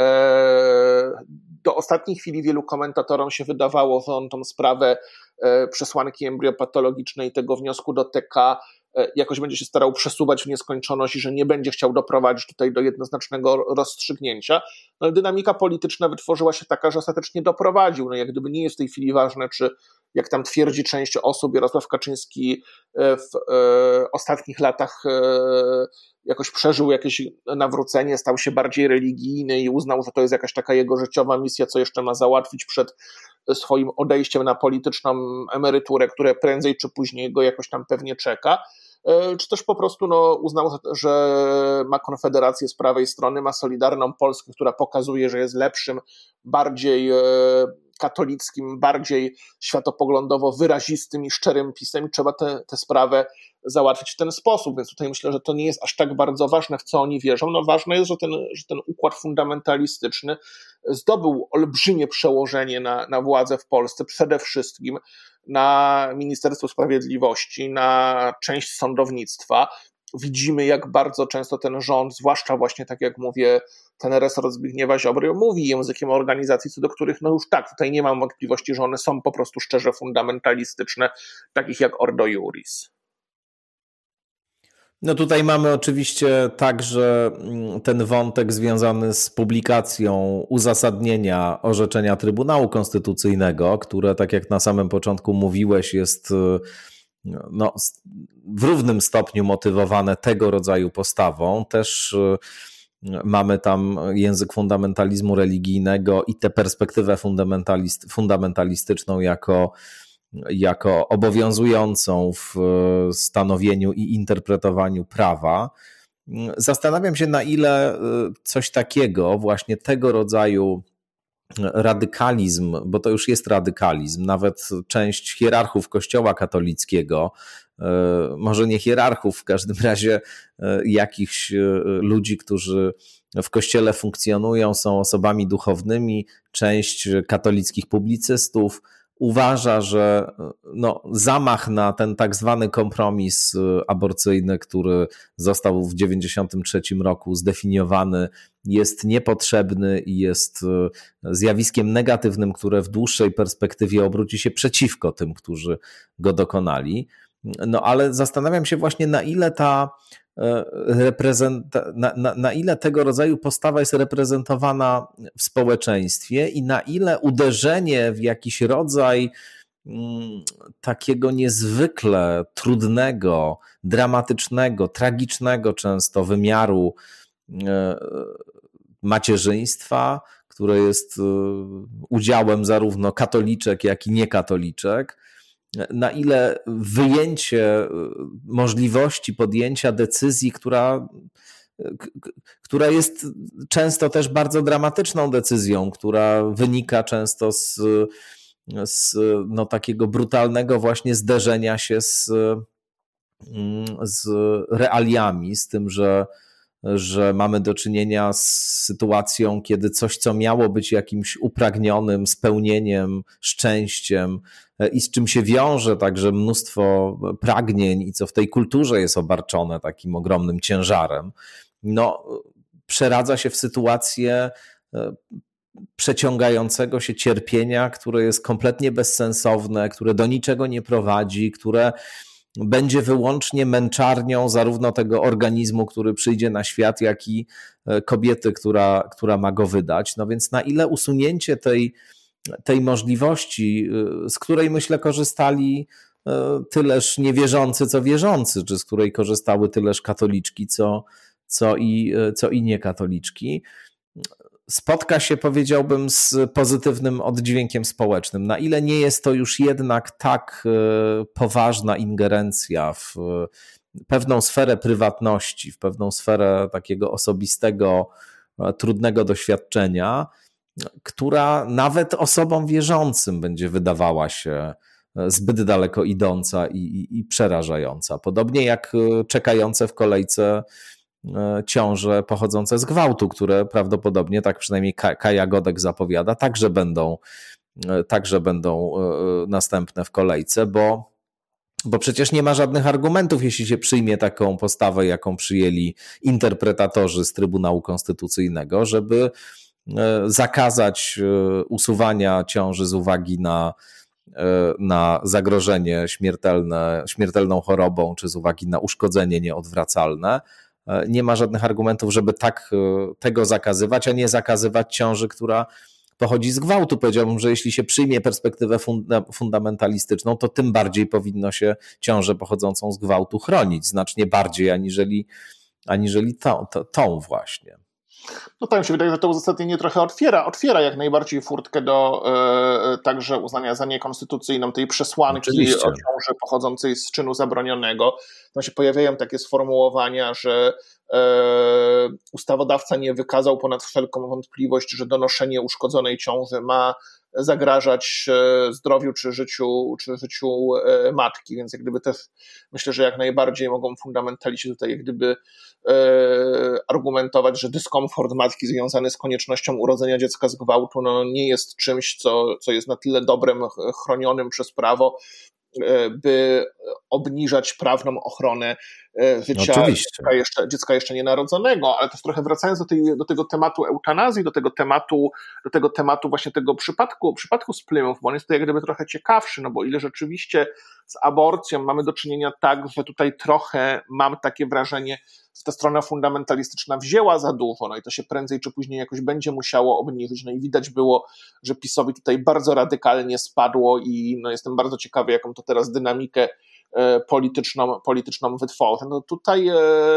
Do ostatniej chwili wielu komentatorom się wydawało, że on tą sprawę przesłanki embriopatologicznej tego wniosku do T K jakoś będzie się starał przesuwać w nieskończoność i że nie będzie chciał doprowadzić tutaj do jednoznacznego rozstrzygnięcia. No, dynamika polityczna wytworzyła się taka, że ostatecznie doprowadził. No, jak gdyby nie jest w tej chwili ważne, czy jak tam twierdzi część osób, Jarosław Kaczyński w e, ostatnich latach e, jakoś przeżył jakieś nawrócenie, stał się bardziej religijny i uznał, że to jest jakaś taka jego życiowa misja, co jeszcze ma załatwić przed swoim odejściem na polityczną emeryturę, które prędzej czy później go jakoś tam pewnie czeka, czy też po prostu no, uznał, że ma Konfederację z prawej strony, ma Solidarną Polskę, która pokazuje, że jest lepszym, bardziej katolickim, bardziej światopoglądowo wyrazistym i szczerym pisem. Trzeba tę sprawę załatwić w ten sposób, więc tutaj myślę, że to nie jest aż tak bardzo ważne, w co oni wierzą. No ważne jest, że ten, że ten układ fundamentalistyczny zdobył olbrzymie przełożenie na, na władzę w Polsce, przede wszystkim na Ministerstwo Sprawiedliwości, na część sądownictwa. Widzimy, jak bardzo często ten rząd, zwłaszcza właśnie tak jak mówię, ten resort Zbigniewa Ziobry mówi językiem organizacji, co do których no już tak, tutaj nie mam wątpliwości, że one są po prostu szczerze fundamentalistyczne, takich jak Ordo Iuris. No tutaj mamy oczywiście także ten wątek związany z publikacją uzasadnienia orzeczenia Trybunału Konstytucyjnego, które, tak jak na samym początku mówiłeś, jest no, w równym stopniu motywowane tego rodzaju postawą. Też mamy tam język fundamentalizmu religijnego i tę perspektywę fundamentalist, fundamentalistyczną jako jako obowiązującą w stanowieniu i interpretowaniu prawa. Zastanawiam się, na ile coś takiego, właśnie tego rodzaju radykalizm, bo to już jest radykalizm, nawet część hierarchów Kościoła katolickiego, może nie hierarchów, w każdym razie jakichś ludzi, którzy w Kościele funkcjonują, są osobami duchownymi, część katolickich publicystów uważa, że no, zamach na ten tak zwany kompromis aborcyjny, który został w dziewięćdziesiątym trzecim roku zdefiniowany, jest niepotrzebny i jest zjawiskiem negatywnym, które w dłuższej perspektywie obróci się przeciwko tym, którzy go dokonali. No ale zastanawiam się właśnie, na ile ta reprezenta- na, na, na ile tego rodzaju postawa jest reprezentowana w społeczeństwie i na ile uderzenie w jakiś rodzaj mm, takiego niezwykle trudnego, dramatycznego, tragicznego często wymiaru e, macierzyństwa, które jest e, udziałem zarówno katoliczek, jak i niekatoliczek, na ile wyjęcie możliwości podjęcia decyzji, która, która jest często też bardzo dramatyczną decyzją, która wynika często z, z no, takiego brutalnego właśnie zderzenia się z, z realiami, z tym, że że mamy do czynienia z sytuacją, kiedy coś, co miało być jakimś upragnionym spełnieniem, szczęściem i z czym się wiąże także mnóstwo pragnień i co w tej kulturze jest obarczone takim ogromnym ciężarem, no przeradza się w sytuację przeciągającego się cierpienia, które jest kompletnie bezsensowne, które do niczego nie prowadzi, które będzie wyłącznie męczarnią zarówno tego organizmu, który przyjdzie na świat, jak i kobiety, która, która ma go wydać. No więc na ile usunięcie tej, tej możliwości, z której myślę korzystali tyleż niewierzący, co wierzący, czy z której korzystały tyleż katoliczki, co, co, i, co i niekatoliczki, spotka się, powiedziałbym, z pozytywnym oddźwiękiem społecznym. Na ile nie jest to już jednak tak poważna ingerencja w pewną sferę prywatności, w pewną sferę takiego osobistego, trudnego doświadczenia, która nawet osobom wierzącym będzie wydawała się zbyt daleko idąca i, i, i przerażająca. Podobnie jak czekające w kolejce ciąże pochodzące z gwałtu, które prawdopodobnie, tak przynajmniej Kaja Godek zapowiada, także będą, także będą następne w kolejce, bo, bo przecież nie ma żadnych argumentów, jeśli się przyjmie taką postawę, jaką przyjęli interpretatorzy z Trybunału Konstytucyjnego, żeby zakazać usuwania ciąży z uwagi na na zagrożenie śmiertelne, śmiertelną chorobą, czy z uwagi na uszkodzenie nieodwracalne, nie ma żadnych argumentów, żeby tak tego zakazywać, a nie zakazywać ciąży, która pochodzi z gwałtu. Powiedziałbym, że jeśli się przyjmie perspektywę funda- fundamentalistyczną, to tym bardziej powinno się ciążę pochodzącą z gwałtu chronić, znacznie bardziej aniżeli, aniżeli tą, tą, tą właśnie. No tak, mi się wydaje, że to uzasadnienie trochę otwiera, otwiera jak najbardziej furtkę do e, także uznania za niekonstytucyjną tej przesłanki Oczywiście. o ciąży pochodzącej z czynu zabronionego. Tam się pojawiają takie sformułowania, że e, ustawodawca nie wykazał ponad wszelką wątpliwość, że donoszenie uszkodzonej ciąży ma zagrażać zdrowiu czy życiu, czy życiu matki, więc jak gdyby też myślę, że jak najbardziej mogą fundamentaliści tutaj jak gdyby argumentować, że dyskomfort matki związany z koniecznością urodzenia dziecka z gwałtu no nie jest czymś, co, co jest na tyle dobrem chronionym przez prawo, by obniżać prawną ochronę życia dziecka jeszcze, dziecka jeszcze nienarodzonego, ale też trochę wracając do, tej, do tego tematu eutanazji, do tego tematu, do tego tematu właśnie tego przypadku, przypadku z Plymouth, bo on jest to jak gdyby trochę ciekawszy, no bo ile rzeczywiście z aborcją mamy do czynienia tak, że tutaj trochę mam takie wrażenie, że ta strona fundamentalistyczna wzięła za dużo, no i to się prędzej czy później jakoś będzie musiało obniżyć, no i widać było, że PiS-owi tutaj bardzo radykalnie spadło i no jestem bardzo ciekawy, jaką to teraz dynamikę polityczną, polityczną wytworzy. No tutaj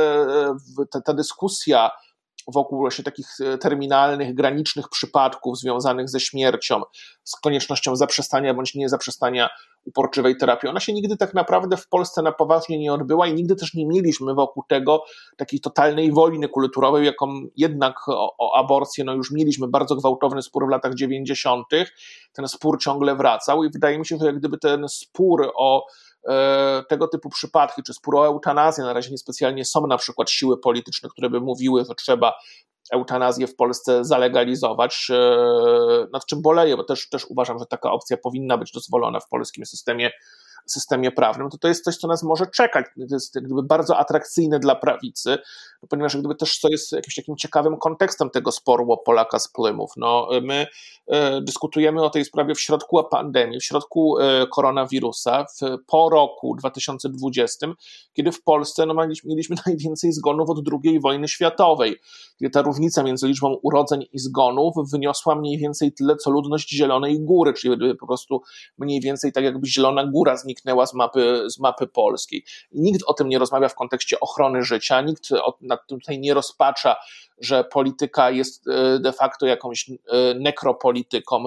ta, ta dyskusja wokół właśnie takich terminalnych, granicznych przypadków związanych ze śmiercią, z koniecznością zaprzestania bądź nie zaprzestania uporczywej terapii, ona się nigdy tak naprawdę w Polsce na poważnie nie odbyła i nigdy też nie mieliśmy wokół tego takiej totalnej wojny kulturowej, jaką jednak o, o aborcję, no już mieliśmy bardzo gwałtowny spór w latach dziewięćdziesiątych. Ten spór ciągle wracał i wydaje mi się, że jak gdyby ten spór o tego typu przypadki, czy spór o eutanazję, na razie niespecjalnie są na przykład siły polityczne, które by mówiły, że trzeba eutanazję w Polsce zalegalizować, nad czym boleję, bo też, też uważam, że taka opcja powinna być dozwolona w polskim systemie, systemie prawnym, to to jest coś, co nas może czekać. To jest jak gdyby bardzo atrakcyjne dla prawicy, ponieważ jak gdyby też to jest jakimś takim ciekawym kontekstem tego sporu o Polaka z Plymouth. No, my e, dyskutujemy o tej sprawie w środku pandemii, w środku e, koronawirusa, w, po roku dwa tysiące dwudziestym, kiedy w Polsce no, mieliśmy, mieliśmy najwięcej zgonów od drugiej wojny światowej, kiedy ta różnica między liczbą urodzeń i zgonów wyniosła mniej więcej tyle, co ludność Zielonej Góry, czyli po prostu mniej więcej tak jakby Zielona Góra zniknęła z mapy, z mapy polskiej. I nikt o tym nie rozmawia w kontekście ochrony życia, nikt o, nad tym tutaj nie rozpacza, że polityka jest de facto jakąś nekropolityką,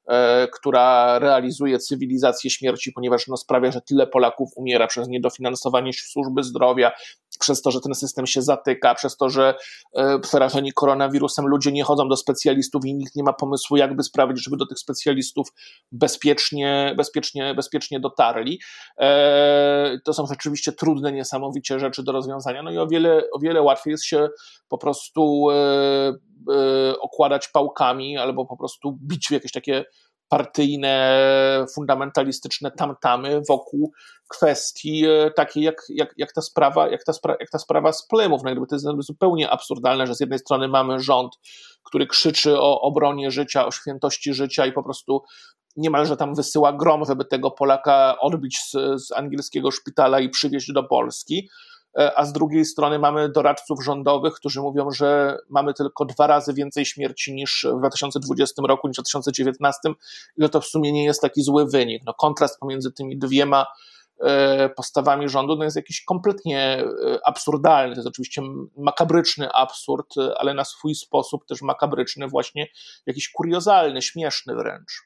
która realizuje cywilizację śmierci, ponieważ no sprawia, że tyle Polaków umiera przez niedofinansowanie służby zdrowia, przez to, że ten system się zatyka, przez to, że przerażeni koronawirusem ludzie nie chodzą do specjalistów i nikt nie ma pomysłu, jakby sprawić, żeby do tych specjalistów bezpiecznie, bezpiecznie, bezpiecznie dotarli. To są rzeczywiście trudne, niesamowicie rzeczy do rozwiązania, no i o wiele, o wiele łatwiej jest się po prostu okładać pałkami albo po prostu bić w jakieś takie partyjne, fundamentalistyczne tamtamy wokół kwestii takiej jak, jak, jak, ta sprawa, jak, ta spra- jak ta sprawa z Plymouth. No jakby to jest zupełnie absurdalne, że z jednej strony mamy rząd, który krzyczy o obronie życia, o świętości życia i po prostu niemalże tam wysyła grom, żeby tego Polaka odbić z, z angielskiego szpitala i przywieźć do Polski, a z drugiej strony mamy doradców rządowych, którzy mówią, że mamy tylko dwa razy więcej śmierci niż w dwa tysiące dwudziestym roku, niż w dwa tysiące dziewiętnastym i że to w sumie nie jest taki zły wynik. No, kontrast pomiędzy tymi dwiema postawami rządu no jest jakiś kompletnie absurdalny. To jest oczywiście makabryczny absurd, ale na swój sposób też makabryczny, właśnie jakiś kuriozalny, śmieszny wręcz.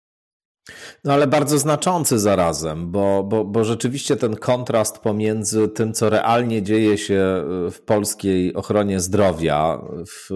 No ale bardzo znaczący zarazem, bo, bo, bo rzeczywiście ten kontrast pomiędzy tym, co realnie dzieje się w polskiej ochronie zdrowia, w,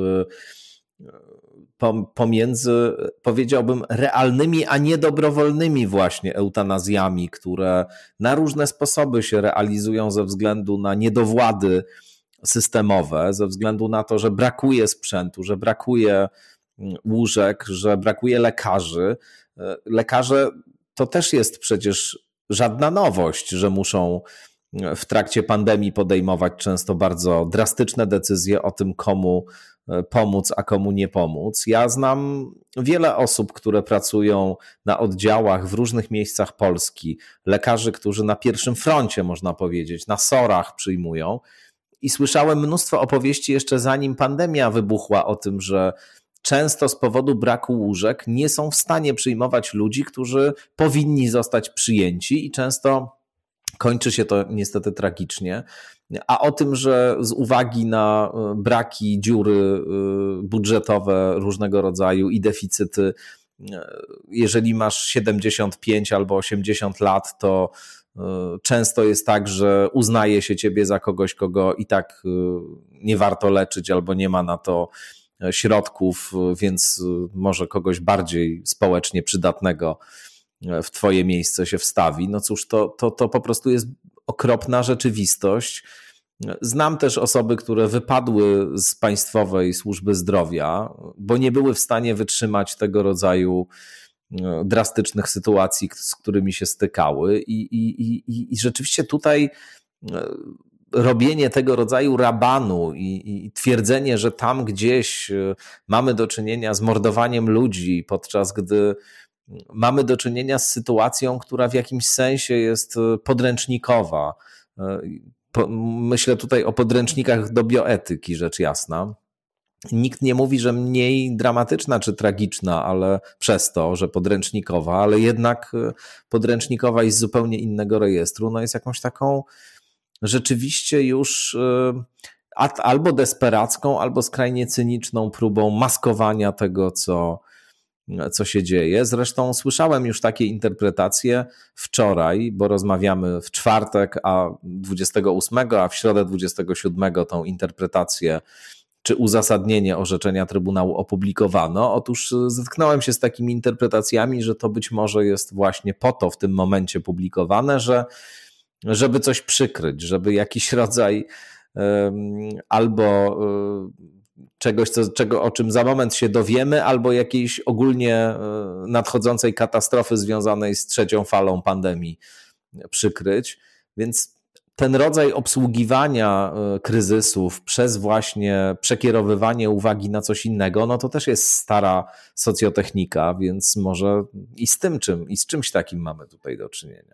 pomiędzy, powiedziałbym, realnymi, a nie dobrowolnymi właśnie eutanazjami, które na różne sposoby się realizują ze względu na niedowłady systemowe, ze względu na to, że brakuje sprzętu, że brakuje łóżek, że brakuje lekarzy. Lekarze to też jest przecież żadna nowość, że muszą w trakcie pandemii podejmować często bardzo drastyczne decyzje o tym, komu pomóc, a komu nie pomóc. Ja znam wiele osób, które pracują na oddziałach w różnych miejscach Polski, lekarzy, którzy na pierwszym froncie, można powiedzieć, na sorach przyjmują. I słyszałem mnóstwo opowieści jeszcze zanim pandemia wybuchła o tym, że często z powodu braku łóżek nie są w stanie przyjmować ludzi, którzy powinni zostać przyjęci i często kończy się to niestety tragicznie. A o tym, że z uwagi na braki, dziury budżetowe różnego rodzaju i deficyty, jeżeli masz siedemdziesiąt pięć albo osiemdziesiąt lat, to często jest tak, że uznaje się ciebie za kogoś, kogo i tak nie warto leczyć albo nie ma na to środków, więc może kogoś bardziej społecznie przydatnego w twoje miejsce się wstawi. No cóż, to, to, to po prostu jest okropna rzeczywistość. Znam też osoby, które wypadły z państwowej służby zdrowia, bo nie były w stanie wytrzymać tego rodzaju drastycznych sytuacji, z którymi się stykały i, i, i, i rzeczywiście tutaj robienie tego rodzaju rabanu i, i twierdzenie, że tam gdzieś mamy do czynienia z mordowaniem ludzi, podczas gdy mamy do czynienia z sytuacją, która w jakimś sensie jest podręcznikowa. Myślę tutaj o podręcznikach do bioetyki, rzecz jasna. Nikt nie mówi, że mniej dramatyczna czy tragiczna, ale przez to, że podręcznikowa, ale jednak podręcznikowa i z zupełnie innego rejestru, no jest jakąś taką rzeczywiście już albo desperacką, albo skrajnie cyniczną próbą maskowania tego, co, co się dzieje. Zresztą słyszałem już takie interpretacje wczoraj, bo rozmawiamy w czwartek, a dwudziestego ósmego, a w środę dwudziestego siódmego tą interpretację czy uzasadnienie orzeczenia Trybunału opublikowano. Otóż zetknąłem się z takimi interpretacjami, że to być może jest właśnie po to w tym momencie publikowane, że żeby coś przykryć, żeby jakiś rodzaj um, albo um, czegoś, co, czego, o czym za moment się dowiemy, albo jakiejś ogólnie um, nadchodzącej katastrofy związanej z trzecią falą pandemii przykryć. Więc ten rodzaj obsługiwania kryzysów przez właśnie przekierowywanie uwagi na coś innego, no to też jest stara socjotechnika, więc może i z tym czym, i z czymś takim mamy tutaj do czynienia.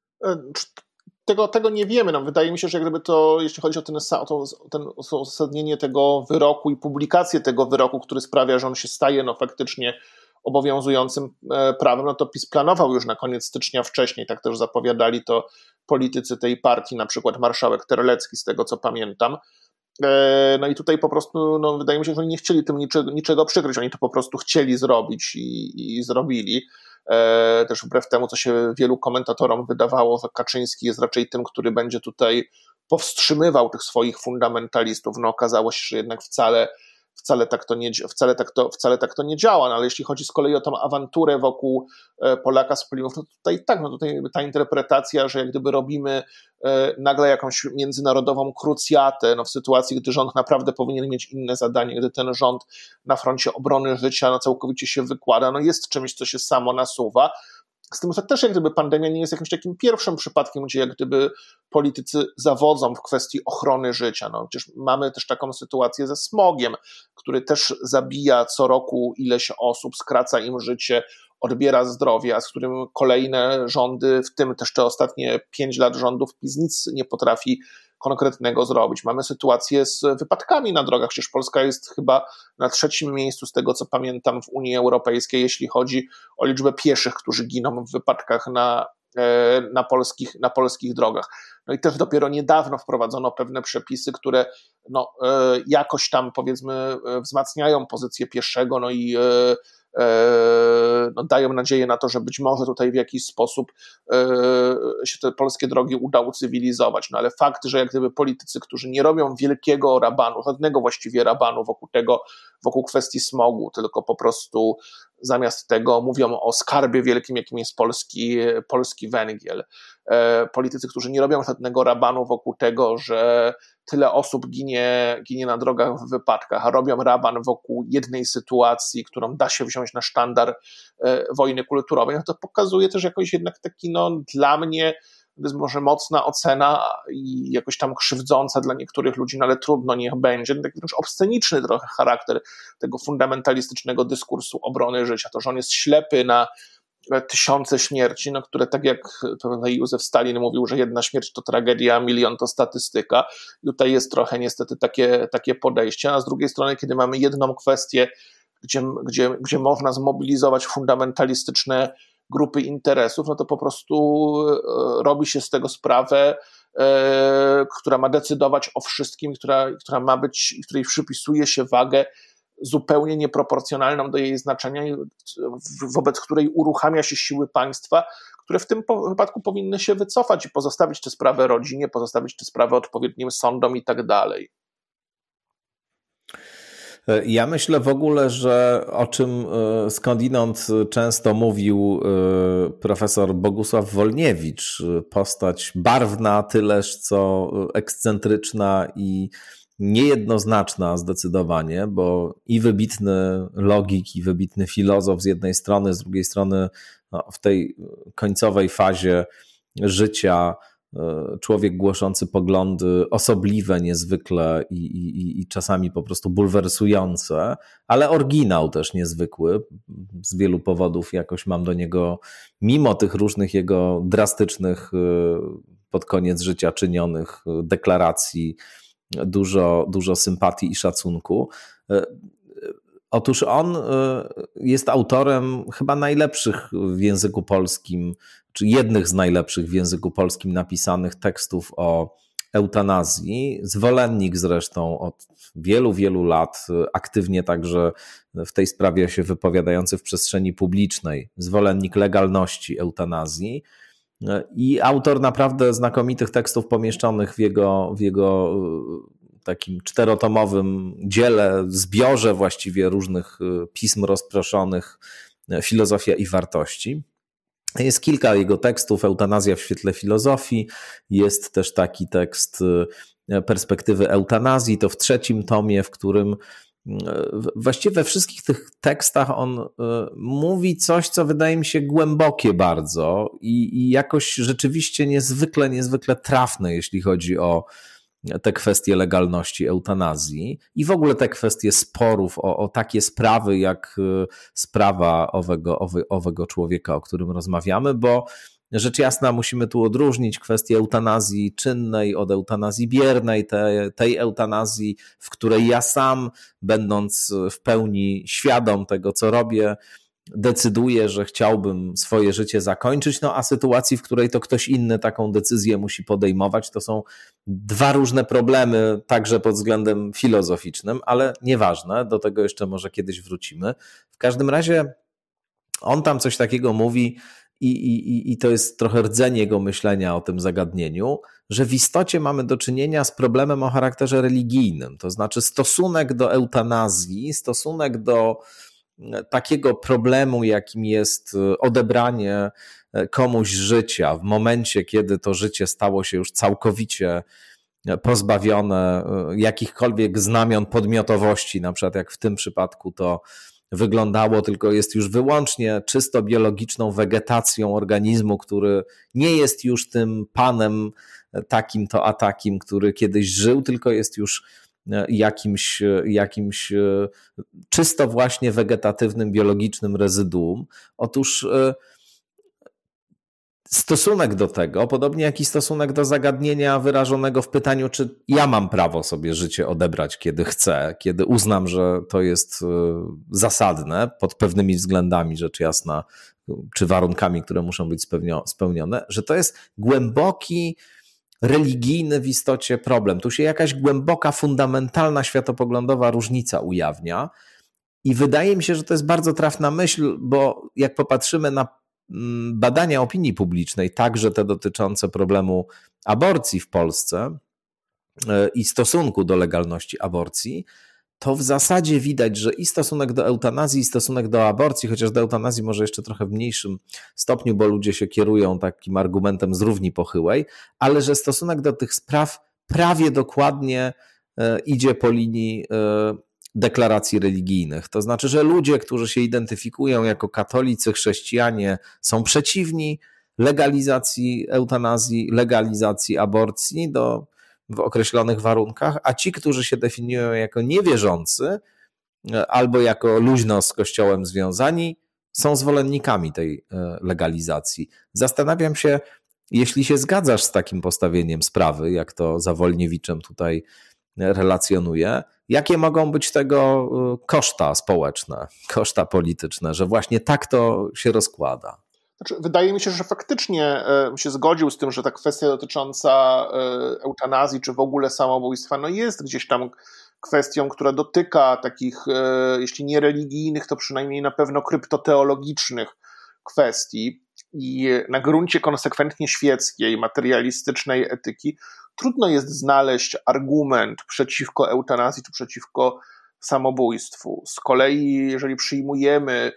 Tego, tego nie wiemy. No, wydaje mi się, że gdyby to, jeśli chodzi o ten, o to, ten o uzasadnienie tego wyroku i publikację tego wyroku, który sprawia, że on się staje no, faktycznie obowiązującym prawem, no to PiS planował już na koniec stycznia wcześniej, tak też zapowiadali to politycy tej partii, na przykład marszałek Terlecki, z tego co pamiętam. No i tutaj po prostu, no wydaje mi się, że oni nie chcieli tym niczego, niczego przykryć, oni to po prostu chcieli zrobić i, i zrobili. Też wbrew temu, co się wielu komentatorom wydawało, że Kaczyński jest raczej tym, który będzie tutaj powstrzymywał tych swoich fundamentalistów. No okazało się, że jednak wcale Wcale tak, to nie, wcale, tak to, wcale tak to nie działa, no ale jeśli chodzi z kolei o tą awanturę wokół Polaka z Poliwów, no tutaj tak, no tutaj ta interpretacja, że jak gdyby robimy nagle jakąś międzynarodową krucjatę, no w sytuacji, gdy rząd naprawdę powinien mieć inne zadanie, gdy ten rząd na froncie obrony życia no całkowicie się wykłada, no jest czymś, co się samo nasuwa. Z tym, że też jak gdyby pandemia nie jest jakimś takim pierwszym przypadkiem, gdzie jak gdyby politycy zawodzą w kwestii ochrony życia. No, przecież mamy też taką sytuację ze smogiem, który też zabija co roku ileś osób, skraca im życie, odbiera zdrowie, a z którym kolejne rządy, w tym też te ostatnie pięć lat rządów PiS nic nie potrafi konkretnego zrobić. Mamy sytuację z wypadkami na drogach, przecież Polska jest chyba na trzecim miejscu z tego, co pamiętam, w Unii Europejskiej, jeśli chodzi o liczbę pieszych, którzy giną w wypadkach na, na, polskich, na polskich drogach. No i też dopiero niedawno wprowadzono pewne przepisy, które no, jakoś tam powiedzmy wzmacniają pozycję pieszego, no i no, dają nadzieję na to, że być może tutaj w jakiś sposób się te polskie drogi uda ucywilizować. No ale fakt, że jak gdyby politycy, którzy nie robią wielkiego rabanu, żadnego właściwie rabanu wokół tego, wokół kwestii smogu, tylko po prostu zamiast tego mówią o skarbie wielkim, jakim jest polski, polski węgiel. Politycy, którzy nie robią żadnego rabanu wokół tego, że tyle osób ginie, ginie na drogach w wypadkach, a robią raban wokół jednej sytuacji, którą da się wziąć na sztandar wojny kulturowej, no to pokazuje też jakoś jednak taki, no dla mnie, To jest może mocna ocena i jakoś tam krzywdząca dla niektórych ludzi, no ale trudno, niech będzie. Taki wręcz obsceniczny trochę charakter tego fundamentalistycznego dyskursu obrony życia. To, że on jest ślepy na tysiące śmierci, no, które tak jak tutaj Józef Stalin mówił, że jedna śmierć to tragedia, a milion to statystyka. Tutaj jest trochę niestety takie, takie podejście, a z drugiej strony, kiedy mamy jedną kwestię, gdzie, gdzie, gdzie można zmobilizować fundamentalistyczne grupy interesów, no to po prostu robi się z tego sprawę, e, która ma decydować o wszystkim, która, która ma być, której przypisuje się wagę zupełnie nieproporcjonalną do jej znaczenia, wobec której uruchamia się siły państwa, które w tym wypadku powinny się wycofać i pozostawić tę sprawę rodzinie, pozostawić tę sprawę odpowiednim sądom i tak dalej. Ja myślę w ogóle, że o czym skądinąd często mówił profesor Bogusław Wolniewicz, postać barwna, tyleż co ekscentryczna i niejednoznaczna zdecydowanie, bo i wybitny logik, i wybitny filozof z jednej strony, z drugiej strony no, w tej końcowej fazie życia człowiek głoszący poglądy osobliwe niezwykle i, i, i czasami po prostu bulwersujące, ale oryginał też niezwykły. Z wielu powodów jakoś mam do niego, mimo tych różnych jego drastycznych pod koniec życia czynionych deklaracji, dużo, dużo sympatii i szacunku. Otóż on jest autorem chyba najlepszych w języku polskim, czy jednych z najlepszych w języku polskim napisanych tekstów o eutanazji. Zwolennik zresztą od wielu, wielu lat, aktywnie także w tej sprawie się wypowiadający w przestrzeni publicznej, zwolennik legalności eutanazji. I autor naprawdę znakomitych tekstów pomieszczonych w jego, w jego takim czterotomowym dziele, zbiorze właściwie różnych pism rozproszonych, Filozofia i wartości. Jest kilka jego tekstów, Eutanazja w świetle filozofii, jest też taki tekst Perspektywy eutanazji, to w trzecim tomie, w którym właściwie we wszystkich tych tekstach on mówi coś, co wydaje mi się głębokie bardzo i, i jakoś rzeczywiście niezwykle, niezwykle trafne, jeśli chodzi o te kwestie legalności eutanazji i w ogóle te kwestie sporów o, o takie sprawy jak sprawa owego, owy, owego człowieka, o którym rozmawiamy, bo rzecz jasna musimy tu odróżnić kwestię eutanazji czynnej od eutanazji biernej, tej, tej eutanazji, w której ja sam, będąc w pełni świadom tego, co robię, decyduję, że chciałbym swoje życie zakończyć, no a sytuacji, w której to ktoś inny taką decyzję musi podejmować, to są dwa różne problemy, także pod względem filozoficznym, ale nieważne, do tego jeszcze może kiedyś wrócimy. W każdym razie on tam coś takiego mówi i, i, i to jest trochę rdzeń jego myślenia o tym zagadnieniu, że w istocie mamy do czynienia z problemem o charakterze religijnym, to znaczy stosunek do eutanazji, stosunek do takiego problemu, jakim jest odebranie komuś życia w momencie, kiedy to życie stało się już całkowicie pozbawione jakichkolwiek znamion podmiotowości, na przykład jak w tym przypadku to wyglądało, tylko jest już wyłącznie czysto biologiczną wegetacją organizmu, który nie jest już tym panem takim to a takim, który kiedyś żył, tylko jest już jakimś, jakimś czysto właśnie wegetatywnym, biologicznym rezyduum. Otóż stosunek do tego, podobnie jak i stosunek do zagadnienia wyrażonego w pytaniu, czy ja mam prawo sobie życie odebrać, kiedy chcę, kiedy uznam, że to jest zasadne, pod pewnymi względami, rzecz jasna, czy warunkami, które muszą być spełnione, że to jest głęboki, religijny w istocie problem. Tu się jakaś głęboka, fundamentalna, światopoglądowa różnica ujawnia i wydaje mi się, że to jest bardzo trafna myśl, bo jak popatrzymy na badania opinii publicznej, także te dotyczące problemu aborcji w Polsce i stosunku do legalności aborcji, to w zasadzie widać, że i stosunek do eutanazji, i stosunek do aborcji, chociaż do eutanazji może jeszcze trochę w mniejszym stopniu, bo ludzie się kierują takim argumentem z równi pochyłej, ale że stosunek do tych spraw prawie dokładnie idzie po linii deklaracji religijnych. To znaczy, że ludzie, którzy się identyfikują jako katolicy, chrześcijanie, są przeciwni legalizacji eutanazji, legalizacji aborcji do, w określonych warunkach, a ci, którzy się definiują jako niewierzący albo jako luźno z Kościołem związani, są zwolennikami tej legalizacji. Zastanawiam się, jeśli się zgadzasz z takim postawieniem sprawy, jak to za Wolniewiczem tutaj relacjonuje, jakie mogą być tego koszta społeczne, koszta polityczne, że właśnie tak to się rozkłada? Znaczy, wydaje mi się, że faktycznie bym się zgodził z tym, że ta kwestia dotycząca eutanazji czy w ogóle samobójstwa no jest gdzieś tam kwestią, która dotyka takich, jeśli nie religijnych, to przynajmniej na pewno kryptoteologicznych kwestii i na gruncie konsekwentnie świeckiej, materialistycznej etyki trudno jest znaleźć argument przeciwko eutanazji czy przeciwko samobójstwu. Z kolei, jeżeli przyjmujemy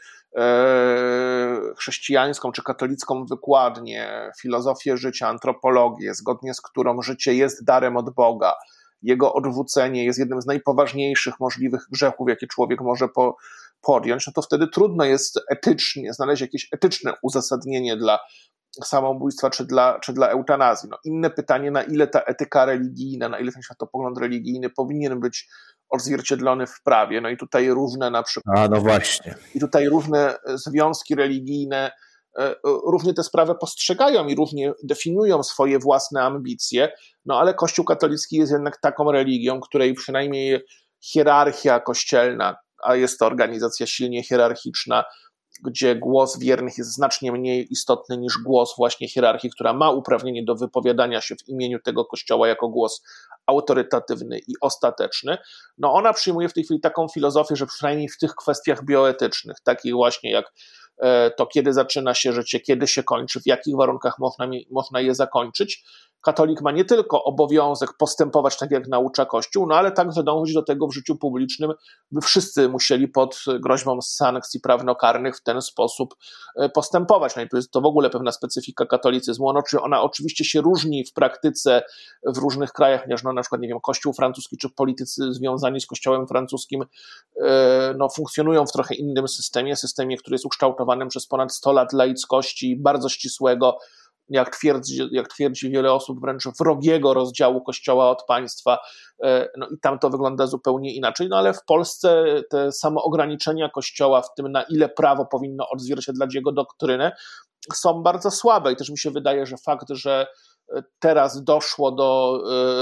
chrześcijańską czy katolicką wykładnię, filozofię życia, antropologię, zgodnie z którą życie jest darem od Boga, jego odrzucenie jest jednym z najpoważniejszych możliwych grzechów, jakie człowiek może po, podjąć, no to wtedy trudno jest etycznie znaleźć jakieś etyczne uzasadnienie dla samobójstwa czy dla, czy dla eutanazji. No, inne pytanie, na ile ta etyka religijna, na ile ten światopogląd religijny powinien być odzwierciedlony w prawie. No i tutaj różne na przykład... A no właśnie. I tutaj różne związki religijne równie tę sprawę postrzegają i równie definiują swoje własne ambicje, no ale Kościół katolicki jest jednak taką religią, której przynajmniej hierarchia kościelna, a jest to organizacja silnie hierarchiczna, gdzie głos wiernych jest znacznie mniej istotny niż głos właśnie hierarchii, która ma uprawnienie do wypowiadania się w imieniu tego Kościoła jako głos autorytatywny i ostateczny, no ona przyjmuje w tej chwili taką filozofię, że przynajmniej w tych kwestiach bioetycznych, takich właśnie jak to, kiedy zaczyna się życie, kiedy się kończy, w jakich warunkach można, można je zakończyć, katolik ma nie tylko obowiązek postępować tak, jak naucza Kościół, no ale także dążyć do tego w życiu publicznym, by wszyscy musieli pod groźbą sankcji prawnokarnych w ten sposób postępować. No i to jest to w ogóle pewna specyfika katolicyzmu. Ona, ona oczywiście się różni w praktyce w różnych krajach, ponieważ no, na przykład, nie wiem, Kościół francuski czy politycy związani z Kościołem francuskim no, funkcjonują w trochę innym systemie, systemie, który jest ukształtowanym przez ponad sto lat laickości, bardzo ścisłego, jak twierdzi, jak twierdzi wiele osób, wręcz wrogiego rozdziału Kościoła od państwa, no i tam to wygląda zupełnie inaczej, no ale w Polsce te samoograniczenia Kościoła w tym, na ile prawo powinno odzwierciedlać jego doktrynę, są bardzo słabe i też mi się wydaje, że fakt, że teraz doszło do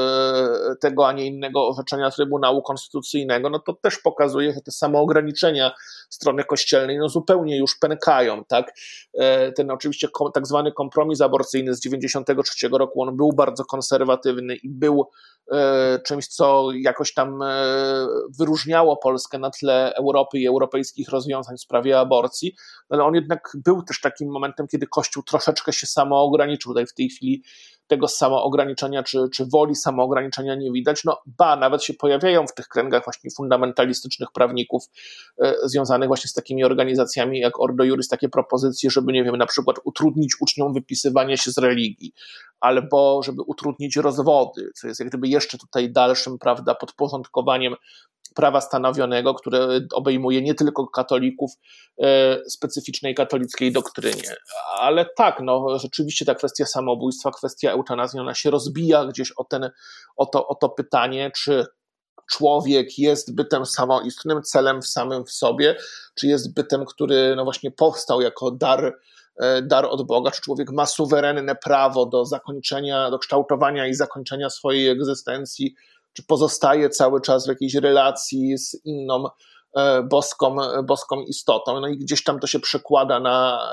y, tego, a nie innego orzeczenia Trybunału Konstytucyjnego, no to też pokazuje, że te samoograniczenia strony kościelnej no zupełnie już pękają, tak? Ten oczywiście kom, tak zwany kompromis aborcyjny z dziewięćdziesiątego trzeciego roku, on był bardzo konserwatywny i był y, czymś, co jakoś tam y, wyróżniało Polskę na tle Europy i europejskich rozwiązań w sprawie aborcji, ale on jednak był też takim momentem, kiedy Kościół troszeczkę się samoograniczył. Tutaj w tej chwili tego samoograniczenia, czy, czy woli samoograniczenia nie widać. No ba, nawet się pojawiają w tych kręgach właśnie fundamentalistycznych prawników e, związanych właśnie z takimi organizacjami jak Ordo Iuris, takie propozycje, żeby, nie wiem, na przykład utrudnić uczniom wypisywanie się z religii, albo żeby utrudnić rozwody, co jest jak gdyby jeszcze tutaj dalszym, prawda, podporządkowaniem prawa stanowionego, które obejmuje nie tylko katolików, e, specyficznej katolickiej doktrynie. Ale tak, no rzeczywiście ta kwestia samobójstwa, kwestia eutanazji, ona się rozbija gdzieś o, ten, o, to, o to pytanie, czy człowiek jest bytem samoistnym, celem w samym w sobie, czy jest bytem, który no właśnie powstał jako dar, e, dar od Boga, czy człowiek ma suwerenne prawo do zakończenia, do kształtowania i zakończenia swojej egzystencji, czy pozostaje cały czas w jakiejś relacji z inną e, boską, boską istotą. No i gdzieś tam to się przekłada na,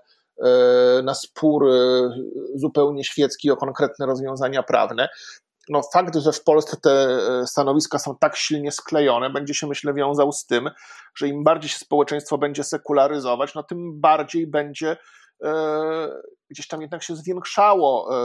e, na spór zupełnie świecki o konkretne rozwiązania prawne. No fakt, że w Polsce te stanowiska są tak silnie sklejone, będzie się, myślę, wiązał z tym, że im bardziej się społeczeństwo będzie sekularyzować, no tym bardziej będzie e, gdzieś tam jednak się zwiększało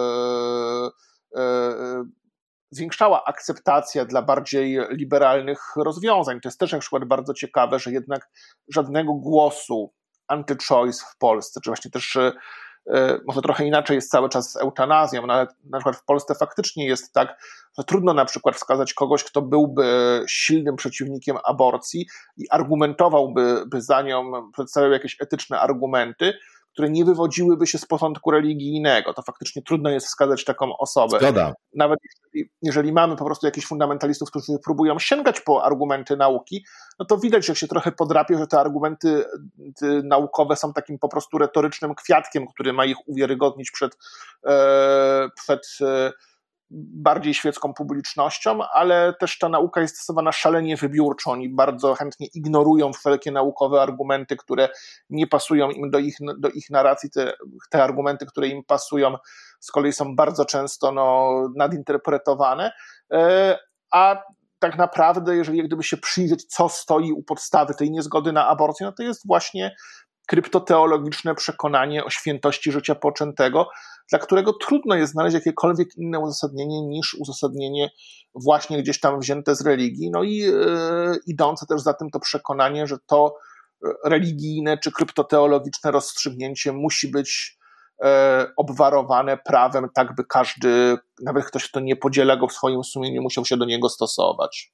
e, e, zwiększała akceptacja dla bardziej liberalnych rozwiązań. To jest też na przykład bardzo ciekawe, że jednak żadnego głosu anty-choice w Polsce, czy właśnie też może trochę inaczej jest cały czas z eutanazją, no ale na przykład w Polsce faktycznie jest tak, że trudno na przykład wskazać kogoś, kto byłby silnym przeciwnikiem aborcji i argumentowałby by za nią, przedstawiał jakieś etyczne argumenty, które nie wywodziłyby się z porządku religijnego. To faktycznie trudno jest wskazać taką osobę. Zgoda. Nawet jeżeli, jeżeli mamy po prostu jakichś fundamentalistów, którzy próbują sięgać po argumenty nauki, no to widać, że się trochę podrapie, że te argumenty te naukowe są takim po prostu retorycznym kwiatkiem, który ma ich uwiarygodnić przed, e, przed e, bardziej świecką publicznością, ale też ta nauka jest stosowana szalenie wybiórczo. Oni bardzo chętnie ignorują wszelkie naukowe argumenty, które nie pasują im do ich, do ich narracji. Te, te argumenty, które im pasują, z kolei są bardzo często no, nadinterpretowane, a tak naprawdę, jeżeli jak gdyby się przyjrzeć, co stoi u podstawy tej niezgody na aborcję, no to jest właśnie kryptoteologiczne przekonanie o świętości życia poczętego, dla którego trudno jest znaleźć jakiekolwiek inne uzasadnienie niż uzasadnienie właśnie gdzieś tam wzięte z religii, no i yy, idące też za tym to przekonanie, że to religijne czy kryptoteologiczne rozstrzygnięcie musi być yy, obwarowane prawem, tak by każdy, nawet ktoś, kto nie podziela go w swoim sumieniu, musiał się do niego stosować.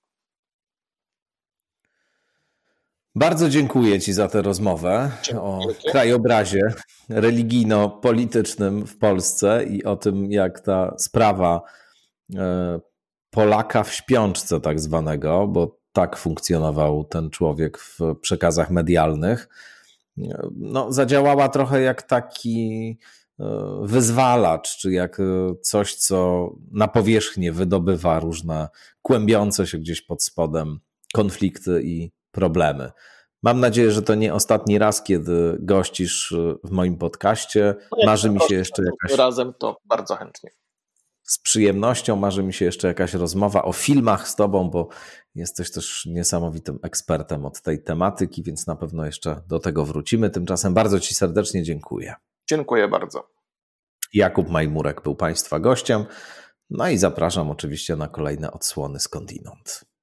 Bardzo dziękuję Ci za tę rozmowę o krajobrazie religijno-politycznym w Polsce i o tym, jak ta sprawa Polaka w śpiączce tak zwanego, bo tak funkcjonował ten człowiek w przekazach medialnych, no, zadziałała trochę jak taki wyzwalacz, czy jak coś, co na powierzchnię wydobywa różne kłębiące się gdzieś pod spodem konflikty i problemy. Mam nadzieję, że to nie ostatni raz, kiedy gościsz w moim podcaście. No marzy mi się jeszcze jakaś... Razem to bardzo chętnie. Z przyjemnością marzy mi się jeszcze jakaś rozmowa o filmach z tobą, bo jesteś też niesamowitym ekspertem od tej tematyki, więc na pewno jeszcze do tego wrócimy. Tymczasem bardzo Ci serdecznie dziękuję. Dziękuję bardzo. Jakub Majmurek był Państwa gościem. No i zapraszam oczywiście na kolejne odsłony skądinąd.